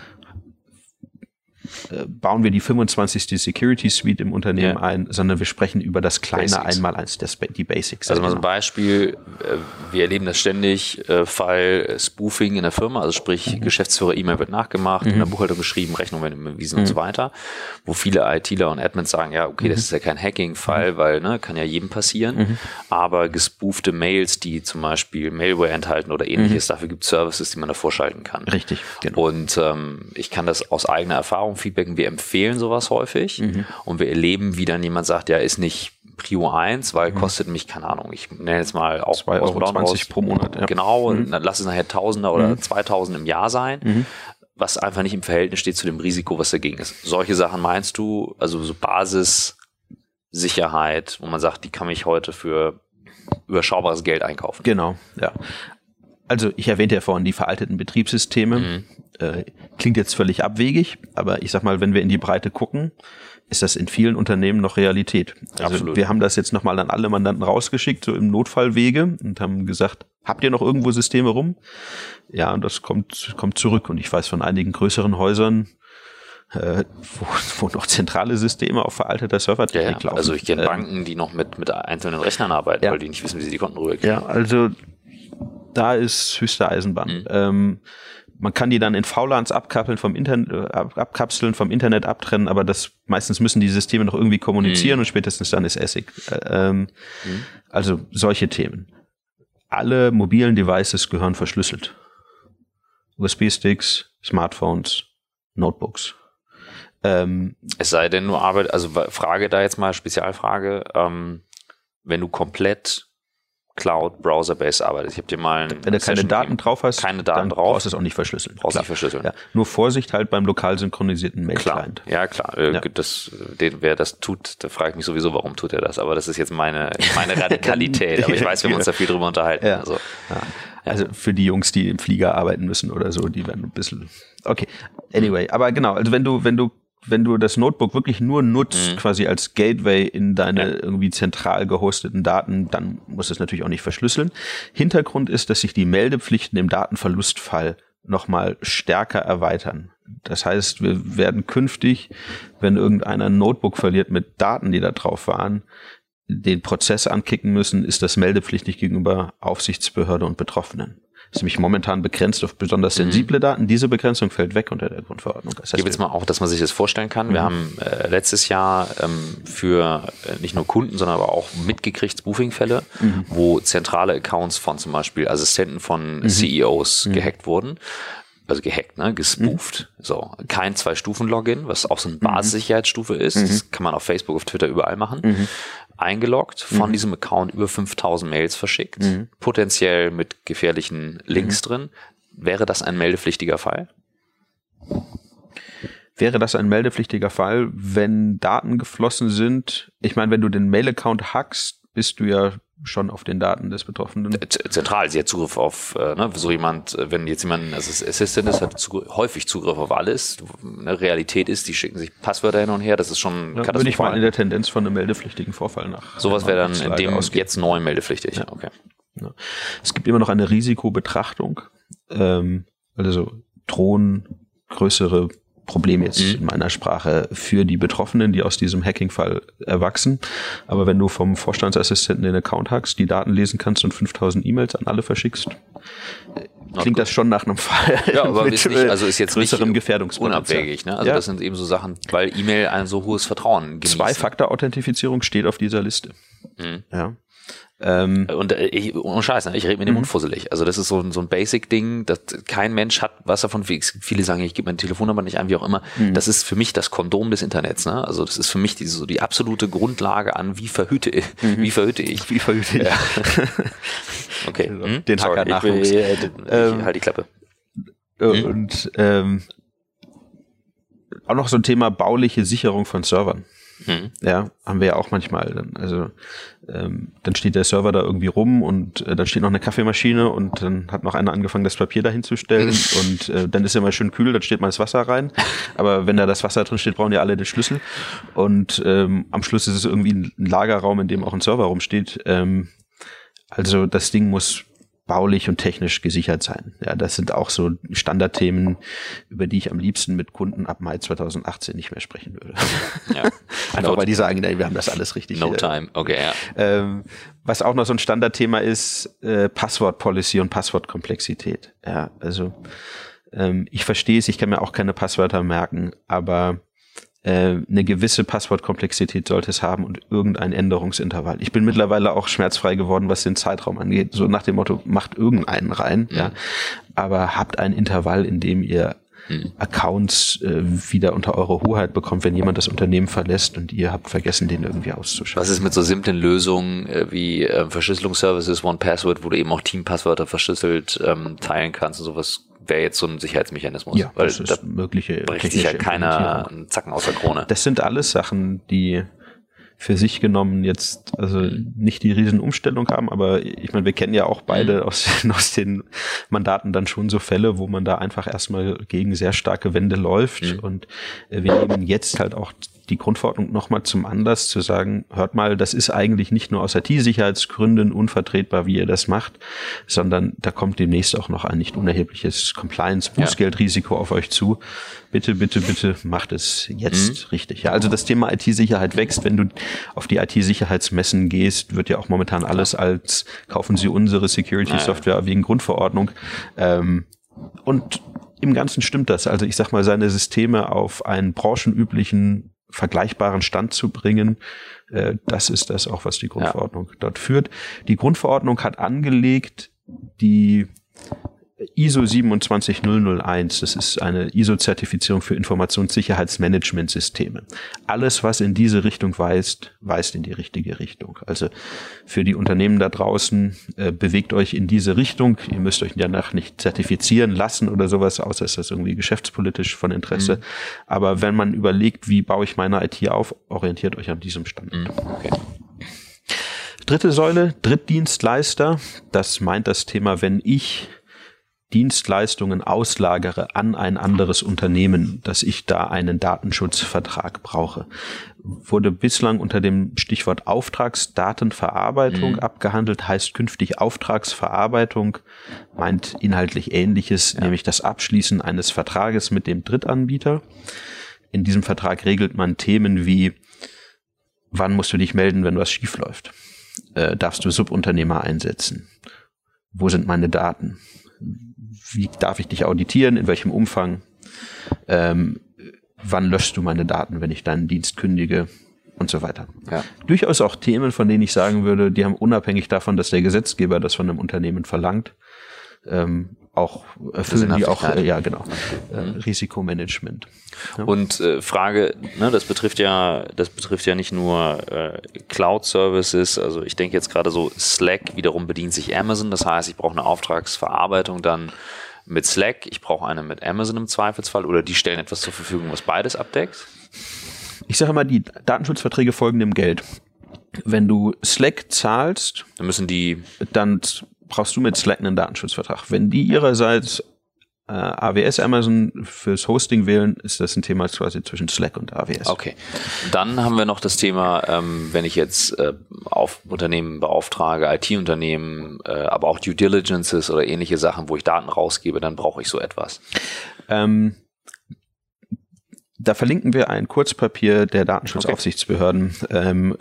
B: äh, bauen wir die fünfundzwanzigste Security Suite im Unternehmen ja. ein, sondern wir sprechen über das kleine Basics. Einmaleins, das, die Basics.
A: Also mal so ein Beispiel, wir erleben das ständig, Fall Spoofing in der Firma, also sprich mhm. Geschäftsführer-E-Mail wird nachgemacht, mhm. in der Buchhaltung geschrieben, Rechnung werden überwiesen mhm. und so weiter, wo viele ITler und Admins sagen, ja okay, mhm. das ist ja kein Hacking-Fall, mhm. weil ne, kann ja jedem passieren, mhm. aber gespoofte Mails, die zum Beispiel Malware enthalten oder ähnliches, mhm. dafür gibt es Services, die man davor schalten kann.
B: Richtig, genau.
A: Und ähm, ich kann das aus eigener Erfahrung feedbacken, wir empfehlen sowas häufig mhm. und wir erleben, wie dann jemand sagt, ja, ist nicht Prio eins, weil mhm. kostet mich, keine Ahnung, ich nenne jetzt mal auch
B: zwei Euro zwanzig pro Monat. Ja.
A: Genau,
B: mhm.
A: und dann lass es nachher Tausender oder mhm. zweitausend im Jahr sein, mhm. was einfach nicht im Verhältnis steht zu dem Risiko, was dagegen ist. Solche Sachen meinst du, also so Basissicherheit, wo man sagt, die kann ich heute für überschaubares Geld einkaufen.
B: Genau, ja. Also ich erwähnte ja vorhin die veralteten Betriebssysteme. Mhm. Äh, klingt jetzt völlig abwegig, aber ich sag mal, wenn wir in die Breite gucken, ist das in vielen Unternehmen noch Realität. Also Absolut. Wir haben das jetzt nochmal an alle Mandanten rausgeschickt, so im Notfallwege, und haben gesagt, habt ihr noch irgendwo Systeme rum? Ja, und das kommt, kommt zurück. Und ich weiß von einigen größeren Häusern, äh, wo, wo noch zentrale Systeme auf veralteter Servertechnik
A: ja, ja. laufen. Also ich kenne äh, Banken, die noch mit, mit einzelnen Rechnern arbeiten, ja. weil die nicht wissen, wie sie die Konten rüberkriegen.
B: Ja, also da ist höchste Eisenbahn. Mhm. Ähm, man kann die dann in V LANs abkapseln vom Internet, äh, abkapseln vom Internet abtrennen, aber das meistens müssen die Systeme noch irgendwie kommunizieren mhm. und spätestens dann ist Essig. Äh, ähm, mhm. Also solche Themen. Alle mobilen Devices gehören verschlüsselt. U S B-Sticks, Smartphones, Notebooks. Ähm,
A: es sei denn, du arbeitest, also Frage da jetzt mal, Spezialfrage, ähm, wenn du komplett Cloud Browser-based arbeitet. Ich habe dir mal
B: Wenn du keine
A: Session
B: Daten
A: gegeben.
B: drauf hast,
A: keine Daten
B: dann
A: drauf,
B: brauchst du es auch nicht verschlüsseln.
A: Brauchst nicht verschlüsseln.
B: Ja. Nur Vorsicht halt beim lokal synchronisierten Mail-Client.
A: Ja, klar. Äh,
B: Ja.
A: Das, den, wer das tut, da frage ich mich sowieso, warum tut er das? Aber das ist jetzt meine, meine Radikalität. Aber ich weiß, wir haben uns da viel drüber unterhalten.
B: Ja.
A: Also,
B: Ja. Also für die Jungs, die im Flieger arbeiten müssen oder so, die werden ein bisschen. Okay. Anyway, aber genau, also wenn du, wenn du wenn du das Notebook wirklich nur nutzt, mhm. quasi als Gateway in deine ja. irgendwie zentral gehosteten Daten, dann musst du es natürlich auch nicht verschlüsseln. Hintergrund ist, dass sich die Meldepflichten im Datenverlustfall nochmal stärker erweitern. Das heißt, wir werden künftig, wenn irgendeiner ein Notebook verliert mit Daten, die da drauf waren, den Prozess ankicken müssen, ist das meldepflichtig gegenüber Aufsichtsbehörde und Betroffenen. Das ist nämlich momentan begrenzt auf besonders sensible mhm. Daten. Diese Begrenzung fällt weg unter der Grundverordnung. Das heißt,
A: ich gebe jetzt mal auch, dass man sich das vorstellen kann. Mhm. Wir haben äh, letztes Jahr ähm, für äh, nicht nur Kunden, sondern aber auch mitgekriegt Spoofing-Fälle, mhm. wo zentrale Accounts von zum Beispiel Assistenten von mhm. C E Os mhm. gehackt wurden. Also gehackt, ne, gespooft. Mhm. So, kein Zwei-Stufen-Login, was auch so eine Basissicherheitsstufe ist. Mhm. Das kann man auf Facebook, auf Twitter überall machen. Mhm. Eingeloggt, von mhm. diesem Account über fünftausend Mails verschickt, mhm. potenziell mit gefährlichen Links mhm. drin. Wäre das ein meldepflichtiger Fall?
B: Wäre das ein meldepflichtiger Fall, wenn Daten geflossen sind? Ich meine, wenn du den Mail-Account hackst, bist du ja schon auf den Daten des Betroffenen.
A: Zentral, sie hat Zugriff auf, äh, ne, so jemand, wenn jetzt jemand, also Assistant ist, hat Zugriff, häufig Zugriff auf alles. Eine Realität ist, die schicken sich Passwörter hin und her, das ist schon
B: ja, katastrophal. Würde ich mal in der Tendenz von einem meldepflichtigen Vorfall nach.
A: Sowas wäre dann in dem ausgeht. Jetzt neu meldepflichtig.
B: Ja. Okay. Ja. Es gibt immer noch eine Risikobetrachtung, ähm, also drohen größere Problem jetzt mhm. in meiner Sprache für die Betroffenen, die aus diesem Hacking-Fall erwachsen. Aber wenn du vom Vorstandsassistenten den Account hackst, die Daten lesen kannst und fünftausend E-Mails an alle verschickst, Not klingt gut. Das schon nach einem Fall.
A: Ja, aber mit ist nicht, also ist jetzt
B: größerem
A: nicht
B: Gefährdungspotenzial.
A: Unabwägig. Ne? Also
B: ja.
A: das sind eben so Sachen, weil E-Mail ein so hohes Vertrauen genießt.
B: Zwei-Faktor-Authentifizierung steht auf dieser Liste.
A: Mhm.
B: Ja. Ähm,
A: und äh, ich, ohne Scheiß, ne? Ich rede mir den Mund fusselig. Also das ist so, so ein Basic-Ding, dass kein Mensch hat was davon. Viele sagen, ich gebe meine Telefonnummer nicht ein, wie auch immer. Mhm. Das ist für mich das Kondom des Internets. Ne? Also das ist für mich die, so die absolute Grundlage an, wie verhüte ich. Mhm. Wie verhüte ich.
B: Wie verhüte ich.
A: Ja. Okay. Hm?
B: Den Hacker Nachwuchs.
A: Ich, äh, ich ähm, halt die Klappe.
B: Hm? Und ähm, auch noch so ein Thema bauliche Sicherung von Servern. Mhm. Ja, haben wir ja auch manchmal. Dann, also ähm, dann steht der Server da irgendwie rum und äh, dann steht noch eine Kaffeemaschine und dann hat noch einer angefangen, das Papier dahin zu stellen und äh, dann ist ja mal schön kühl, dann steht mal das Wasser rein. Aber wenn da das Wasser drin steht, brauchen ja alle den Schlüssel. Und ähm, am Schluss ist es irgendwie ein Lagerraum, in dem auch ein Server rumsteht. Ähm, also das Ding muss baulich und technisch gesichert sein. Ja, das sind auch so Standardthemen, über die ich am liebsten mit Kunden ab Mai zweitausendachtzehn nicht mehr sprechen würde.
A: Ja.
B: Einfach weil die sagen, nee, wir haben das alles richtig.
A: No time, okay, ja.
B: Ähm, was auch noch so ein Standardthema ist, äh, Passwort-Policy und Passwortkomplexität. Ja, also ähm, ich verstehe es, ich kann mir auch keine Passwörter merken, aber eine gewisse Passwortkomplexität sollte es haben und irgendein Änderungsintervall. Ich bin mittlerweile auch schmerzfrei geworden, was den Zeitraum angeht. So nach dem Motto, macht irgendeinen rein, mhm. ja, aber habt ein Intervall, in dem ihr mhm. Accounts äh, wieder unter eure Hoheit bekommt, wenn jemand das Unternehmen verlässt und ihr habt vergessen, den irgendwie auszuschalten.
A: Was ist mit so simplen Lösungen äh, wie äh, Verschlüsselungsservices, One Password, wo du eben auch Teampasswörter verschlüsselt ähm, teilen kannst und sowas? Wäre jetzt so ein Sicherheitsmechanismus.
B: Ja,
A: weil
B: das ist
A: da
B: mögliche
A: bricht sich ja keiner einen Zacken aus der Krone.
B: Das sind alles Sachen, die für sich genommen jetzt also nicht die Riesenumstellung haben, aber ich meine, wir kennen ja auch beide mhm. aus, aus den Mandaten dann schon so Fälle, wo man da einfach erstmal gegen sehr starke Wände läuft mhm. und äh, wir nehmen jetzt halt auch die Grundverordnung nochmal zum Anlass zu sagen, hört mal, das ist eigentlich nicht nur aus I T-Sicherheitsgründen unvertretbar, wie ihr das macht, sondern da kommt demnächst auch noch ein nicht unerhebliches Compliance-Bußgeldrisiko ja. auf euch zu. Bitte, bitte, bitte macht es jetzt mhm. richtig. Ja, also das Thema I T-Sicherheit wächst. Wenn du auf die I T-Sicherheitsmessen gehst, wird ja auch momentan alles als kaufen Sie unsere Security-Software ja. wegen Grundverordnung. Ähm, und im Ganzen stimmt das. Also ich sag mal, seine Systeme auf einen branchenüblichen vergleichbaren Stand zu bringen, äh, das ist das auch, was die Grundverordnung ja. dort führt. Die Grundverordnung hat angelegt, die I S O siebenundzwanzig null null eins, das ist eine I S O-Zertifizierung für Informationssicherheitsmanagementsysteme. Alles, was in diese Richtung weist, weist in die richtige Richtung. Also für die Unternehmen da draußen, äh, bewegt euch in diese Richtung. Ihr müsst euch danach nicht zertifizieren lassen oder sowas, außer ist das irgendwie geschäftspolitisch von Interesse. Mhm. Aber wenn man überlegt, wie baue ich meine I T auf, orientiert euch an diesem Standard. Mhm. Okay. Dritte Säule, Drittdienstleister. Das meint das Thema, wenn ich Dienstleistungen auslagere an ein anderes Unternehmen, dass ich da einen Datenschutzvertrag brauche. Wurde bislang unter dem Stichwort Auftragsdatenverarbeitung mhm. abgehandelt, heißt künftig Auftragsverarbeitung, meint inhaltlich Ähnliches, ja. nämlich das Abschließen eines Vertrages mit dem Drittanbieter. In diesem Vertrag regelt man Themen wie, wann musst du dich melden, wenn was schief läuft? Äh, darfst du Subunternehmer einsetzen? Wo sind meine Daten? Wie darf ich dich auditieren? In welchem Umfang? Ähm, wann löschst du meine Daten, wenn ich deinen Dienst kündige? Und so weiter. Ja. Durchaus auch Themen, von denen ich sagen würde, die haben unabhängig davon, dass der Gesetzgeber das von einem Unternehmen verlangt, ähm, auch erfüllen die auch, äh, ja genau, äh, Risikomanagement. Ja.
A: Und äh, Frage, ne, das betrifft ja, das betrifft ja nicht nur äh, Cloud-Services, also ich denke jetzt gerade so, Slack wiederum bedient sich Amazon, das heißt, ich brauche eine Auftragsverarbeitung dann mit Slack, ich brauche eine mit Amazon im Zweifelsfall, oder die stellen etwas zur Verfügung, was beides abdeckt?
B: Ich sage mal, die Datenschutzverträge folgen dem Geld. Wenn du Slack zahlst,
A: dann müssen die,
B: dann brauchst du mit Slack einen Datenschutzvertrag. Wenn die ihrerseits äh, A W S Amazon fürs Hosting wählen, ist das ein Thema quasi zwischen Slack und A W S.
A: Okay. Dann haben wir noch das Thema, ähm, wenn ich jetzt äh, auf Unternehmen beauftrage, I T-Unternehmen, äh, aber auch Due Diligences oder ähnliche Sachen, wo ich Daten rausgebe, dann brauche ich so etwas.
B: Ähm, da verlinken wir ein Kurzpapier der Datenschutzaufsichtsbehörden. Okay. Ähm,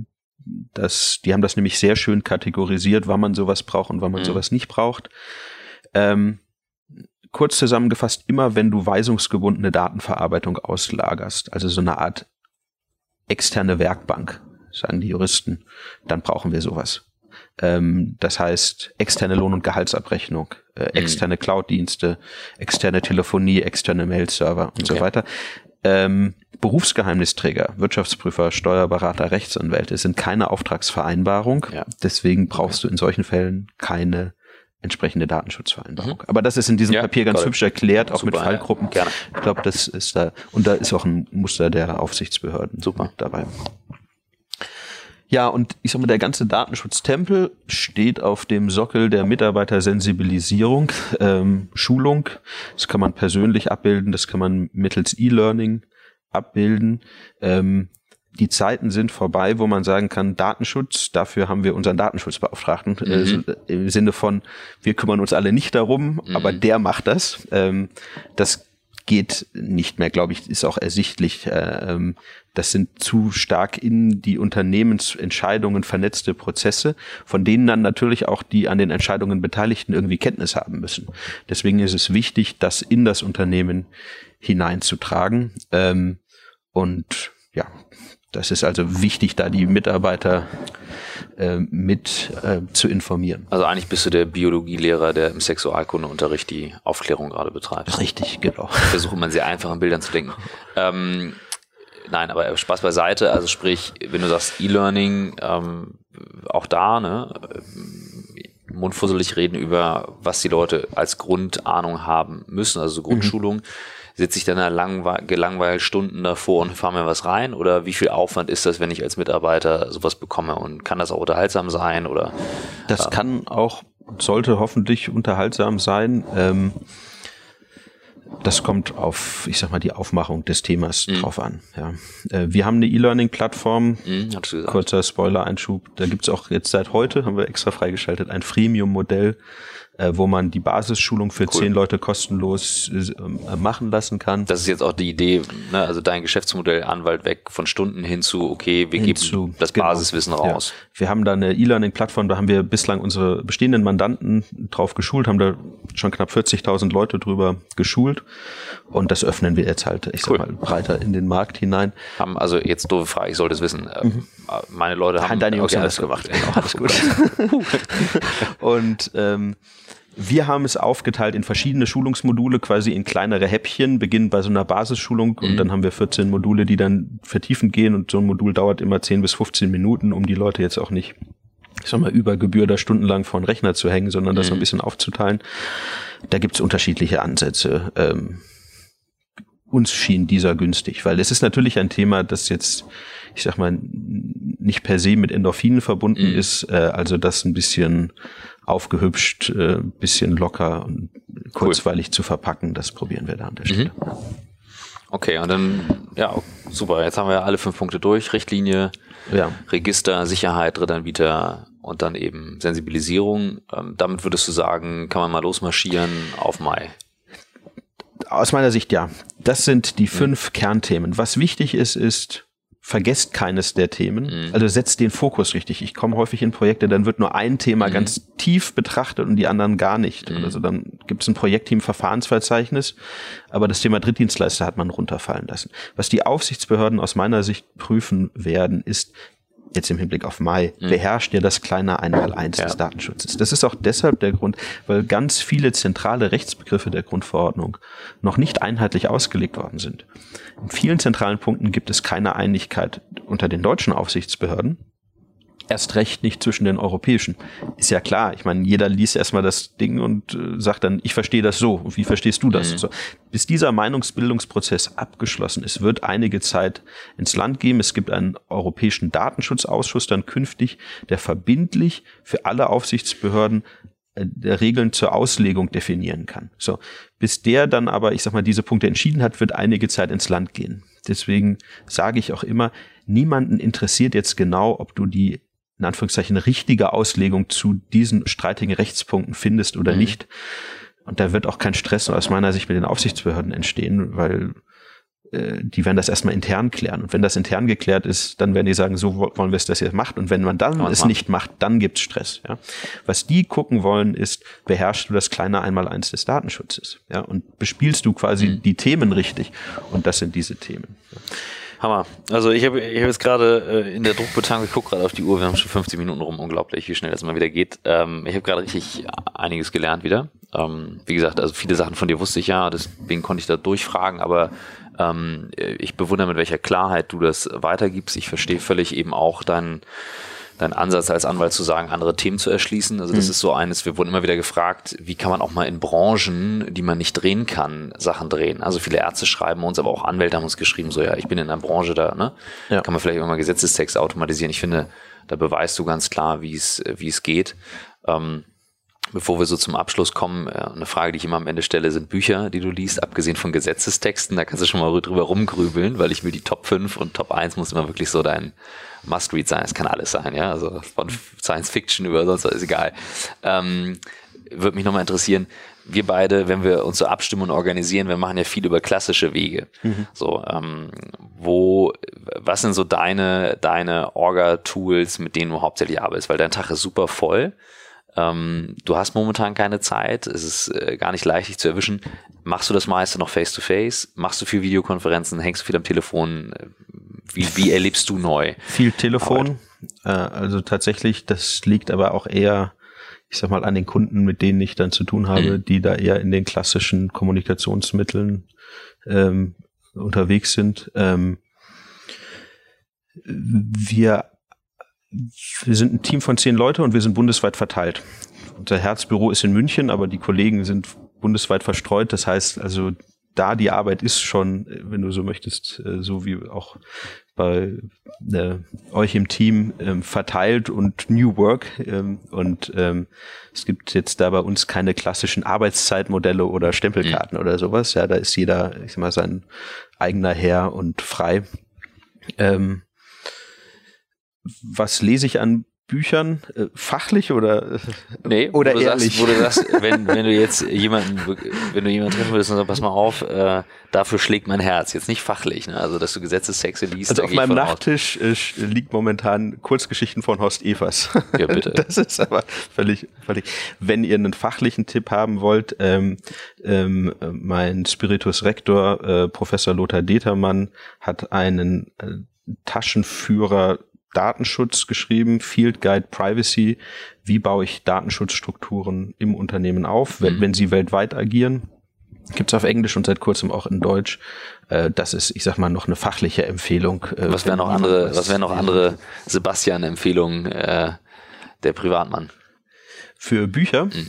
B: Das, die haben das nämlich sehr schön kategorisiert, wann man sowas braucht und wann man mhm. sowas nicht braucht. Ähm, kurz zusammengefasst, immer wenn du weisungsgebundene Datenverarbeitung auslagerst, also so eine Art externe Werkbank, sagen die Juristen, dann brauchen wir sowas. Ähm, das heißt, externe Lohn- und Gehaltsabrechnung, äh, externe mhm. Cloud-Dienste, externe Telefonie, externe Mail-Server und okay. so weiter. Ähm, Berufsgeheimnisträger, Wirtschaftsprüfer, Steuerberater, Rechtsanwälte sind keine Auftragsvereinbarung. Ja. Deswegen brauchst okay. du in solchen Fällen keine entsprechende Datenschutzvereinbarung. Mhm. Aber das ist in diesem ja, Papier ganz hübsch erklärt, auch Super, mit Fallgruppen. Ja, gerne. Ich glaube, das ist da, und da ist auch ein Muster der Aufsichtsbehörden Super. dabei. Ja, und ich sag mal, der ganze Datenschutztempel steht auf dem Sockel der Mitarbeitersensibilisierung, ähm, Schulung. Das kann man persönlich abbilden, das kann man mittels E-Learning abbilden. Ähm, die Zeiten sind vorbei, wo man sagen kann, Datenschutz, dafür haben wir unseren Datenschutzbeauftragten. Mhm. Äh, im Sinne von, wir kümmern uns alle nicht darum, mhm. aber der macht das. Ähm, das geht nicht mehr, glaube ich, ist auch ersichtlich. Äh, das sind zu stark in die Unternehmensentscheidungen vernetzte Prozesse, von denen dann natürlich auch die an den Entscheidungen Beteiligten irgendwie Kenntnis haben müssen. Deswegen ist es wichtig, das in das Unternehmen hineinzutragen. Ähm, und ja, das ist also wichtig, da die Mitarbeiter äh, mit äh, zu informieren.
A: Also eigentlich bist du der Biologielehrer, der im Sexualkundeunterricht die Aufklärung gerade betreibt.
B: Richtig, genau.
A: Ich versuche mal in sehr einfachen Bildern zu denken. Ähm, nein, aber Spaß beiseite. Also sprich, wenn du sagst E-Learning, ähm, auch da, ne, mundfusselig reden über, was die Leute als Grundahnung haben müssen, also so Grundschulung. Mhm. Sitze ich dann da langwe- gelangweilt Stunden davor und fahre mir was rein? Oder wie viel Aufwand ist das, wenn ich als Mitarbeiter sowas bekomme? Und kann das auch unterhaltsam sein? Oder
B: das äh, kann auch, sollte hoffentlich unterhaltsam sein. Ähm, das kommt auf, ich sag mal, die Aufmachung des Themas mhm. drauf an. Ja. Äh, wir haben eine E-Learning-Plattform. Mhm, kurzer Spoiler-Einschub. Da gibt's auch jetzt seit heute, haben wir extra freigeschaltet, ein Freemium-Modell, wo man die Basisschulung für cool. zehn Leute kostenlos äh, machen lassen kann.
A: Das ist jetzt auch die Idee, ne? Also dein Geschäftsmodell Anwalt weg von Stunden hin zu, okay, wir hin geben zu, das genau. Basiswissen raus.
B: Ja. Wir haben da eine E-Learning-Plattform, da haben wir bislang unsere bestehenden Mandanten drauf geschult, haben da schon knapp vierzigtausend Leute drüber geschult und das öffnen wir jetzt halt, ich cool. sag mal, breiter in den Markt hinein.
A: Haben also jetzt doofe Frage, ich sollte es wissen. Mhm. Meine Leute haben...
B: Deine Jungs okay, haben das gemacht. Genau, alles gut. Und ähm, Wir haben es aufgeteilt in verschiedene Schulungsmodule, quasi in kleinere Häppchen, beginnen bei so einer Basisschulung und mhm. dann haben wir vierzehn Module, die dann vertiefend gehen und so ein Modul dauert immer zehn bis fünfzehn Minuten, um die Leute jetzt auch nicht, ich sag mal, über Gebühr da stundenlang vor den Rechner zu hängen, sondern das mhm. so ein bisschen aufzuteilen. Da gibt's unterschiedliche Ansätze. Ähm, uns schien dieser günstig, weil es ist natürlich ein Thema, das jetzt, ich sag mal, nicht per se mit Endorphinen verbunden mhm. ist, äh, also das ein bisschen aufgehübscht, äh, bisschen locker und kurzweilig cool. zu verpacken, das probieren wir da an der Stelle.
A: Mhm. Okay, und dann, ja, super, jetzt haben wir alle fünf Punkte durch, Richtlinie, ja. Register, Sicherheit, Drittanbieter und dann eben Sensibilisierung. Ähm, damit würdest du sagen, kann man mal losmarschieren auf Mai?
B: Aus meiner Sicht ja. Das sind die fünf mhm. Kernthemen. Was wichtig ist, ist, vergesst keines der Themen. Mhm. Also setzt den Fokus richtig. Ich komme häufig in Projekte, dann wird nur ein Thema mhm. ganz tief betrachtet und die anderen gar nicht. Mhm. Also dann gibt es ein Projektteam Verfahrensverzeichnis, aber das Thema Drittdienstleister hat man runterfallen lassen. Was die Aufsichtsbehörden aus meiner Sicht prüfen werden, ist, jetzt im Hinblick auf Mai, mhm. beherrscht ja das kleine Einmaleins ja. des Datenschutzes. Das ist auch deshalb der Grund, weil ganz viele zentrale Rechtsbegriffe der Grundverordnung noch nicht einheitlich ausgelegt worden sind. In vielen zentralen Punkten gibt es keine Einigkeit unter den deutschen Aufsichtsbehörden, erst recht nicht zwischen den europäischen. Ist ja klar, ich meine, jeder liest erstmal das Ding und äh, sagt dann, ich verstehe das so, wie verstehst du das? Mhm. So. Bis dieser Meinungsbildungsprozess abgeschlossen ist, wird einige Zeit ins Land gehen. Es gibt einen europäischen Datenschutzausschuss dann künftig, der verbindlich für alle Aufsichtsbehörden äh, der Regeln zur Auslegung definieren kann. So, bis der dann aber, ich sag mal, diese Punkte entschieden hat, wird einige Zeit ins Land gehen. Deswegen sage ich auch immer, niemanden interessiert jetzt genau, ob du die in Anführungszeichen richtige Auslegung zu diesen streitigen Rechtspunkten findest oder mhm. nicht. Und da wird auch kein Stress aus meiner Sicht mit den Aufsichtsbehörden entstehen, weil äh, die werden das erstmal intern klären. Und wenn das intern geklärt ist, dann werden die sagen, so wollen wir es, dass ihr es macht. Und wenn man dann es machen. nicht macht, dann gibt's Stress. Ja? Was die gucken wollen, ist, beherrschst du das kleine Einmaleins des Datenschutzes? Ja? Und bespielst du quasi mhm. die Themen richtig? Und das sind diese Themen. Ja.
A: Hammer. Also ich habe ich hab jetzt gerade äh, in der Druckbetankung, ich gucke gerade auf die Uhr, wir haben schon fünfzehn Minuten rum, unglaublich, wie schnell das mal wieder geht. Ähm, ich habe gerade richtig einiges gelernt wieder. Ähm, wie gesagt, also viele Sachen von dir wusste ich ja, deswegen konnte ich da durchfragen, aber ähm, ich bewundere, mit welcher Klarheit du das weitergibst. Ich verstehe völlig eben auch deinen dein Ansatz als Anwalt zu sagen, andere Themen zu erschließen. Also das mhm. ist so eines, wir wurden immer wieder gefragt, wie kann man auch mal in Branchen, die man nicht drehen kann, Sachen drehen. Also viele Ärzte schreiben uns, aber auch Anwälte haben uns geschrieben, so ja, ich bin in einer Branche da, ne? Ja. Kann man vielleicht immer mal Gesetzestext automatisieren. Ich finde, da beweist du ganz klar, wie es wie es geht. Ähm, Bevor wir so zum Abschluss kommen, eine Frage, die ich immer am Ende stelle, sind Bücher, die du liest, abgesehen von Gesetzestexten. Da kannst du schon mal drüber rumgrübeln, weil ich will die Top fünf und Top eins muss immer wirklich so dein Must-Read sein. Es kann alles sein, ja, also von Science Fiction über sonst was, ist egal. Ähm, würde mich nochmal interessieren, wir beide, wenn wir uns so abstimmen und organisieren, wir machen ja viel über klassische Wege. Mhm. So, ähm, wo, was sind so deine, deine Orga-Tools, mit denen du hauptsächlich arbeitest? Weil dein Tag ist super voll. Ähm, du hast momentan keine Zeit, es ist äh, gar nicht leicht, dich zu erwischen. Machst du das meiste noch face-to-face? Machst du viel Videokonferenzen? Hängst du viel am Telefon? Wie, wie erlebst du neu?
B: Viel Telefon. Äh, also tatsächlich, das liegt aber auch eher, ich sag mal, an den Kunden, mit denen ich dann zu tun habe, mhm. die da eher in den klassischen Kommunikationsmitteln ähm, unterwegs sind. Ähm, wir Wir sind ein Team von zehn Leute und wir sind bundesweit verteilt. Unser Herzbüro ist in München, aber die Kollegen sind bundesweit verstreut. Das heißt also, da die Arbeit ist schon, wenn du so möchtest, so wie auch bei äh, euch im Team ähm, verteilt und New Work. Ähm, und ähm, es gibt jetzt da bei uns keine klassischen Arbeitszeitmodelle oder Stempelkarten mhm. oder sowas. Ja, da ist jeder, ich sag mal, sein eigener Herr und frei. Ähm, Was lese ich an Büchern? Äh, fachlich oder,
A: nee,
B: oder
A: wo du
B: ehrlich?
A: Sagst, wo du sagst, wenn, wenn du jetzt jemanden, wenn du jemanden treffen würdest und sagst, pass mal auf, äh, dafür schlägt mein Herz. Jetzt nicht fachlich, ne? Also, dass du Gesetzestexte liest.
B: Also auf meinem Nachttisch äh, liegt momentan Kurzgeschichten von Horst Evers.
A: Ja, bitte.
B: Das ist aber völlig, völlig. Wenn ihr einen fachlichen Tipp haben wollt, ähm, ähm, mein Spiritus Rector, äh, Professor Lothar Determann, hat einen äh, Taschenführer Datenschutz geschrieben, Field Guide Privacy. Wie baue ich Datenschutzstrukturen im Unternehmen auf, wenn, mhm. wenn sie weltweit agieren? Gibt's auf Englisch und seit kurzem auch in Deutsch. Äh, das ist, ich sag mal, noch eine fachliche Empfehlung. Äh,
A: was wären noch andere, was wären noch andere Sebastian-Empfehlungen, äh, der Privatmann?
B: Für Bücher?
A: Mhm.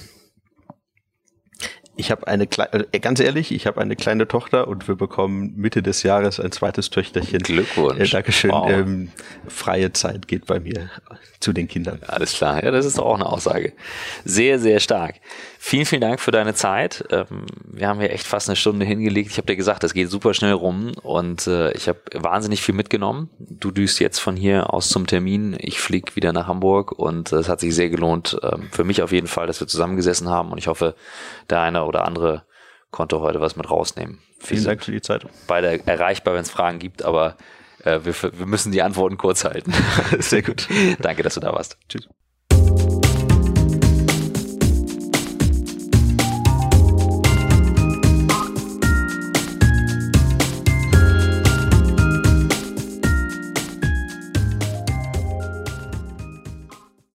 B: Ich habe eine kleine, ganz ehrlich, ich habe eine kleine Tochter und wir bekommen Mitte des Jahres ein zweites Töchterchen.
A: Glückwunsch.
B: Äh, Dankeschön.
A: Wow.
B: Ähm, freie Zeit geht bei mir zu den Kindern.
A: Alles klar. Ja, das ist doch auch eine Aussage. Sehr, sehr stark. Vielen, vielen Dank für deine Zeit. Ähm, wir haben hier echt fast eine Stunde hingelegt. Ich habe dir gesagt, das geht super schnell rum und äh, ich habe wahnsinnig viel mitgenommen. Du düst jetzt von hier aus zum Termin. Ich fliege wieder nach Hamburg und es hat sich sehr gelohnt. Ähm, für mich auf jeden Fall, dass wir zusammengesessen haben und ich hoffe, der eine oder andere konnte heute was mit rausnehmen.
B: Vielen Dank für die Zeit.
A: Beide erreichbar, wenn es Fragen gibt, aber äh, wir, wir müssen die Antworten kurz halten.
B: Sehr gut.
A: Danke, dass du da warst.
B: Tschüss.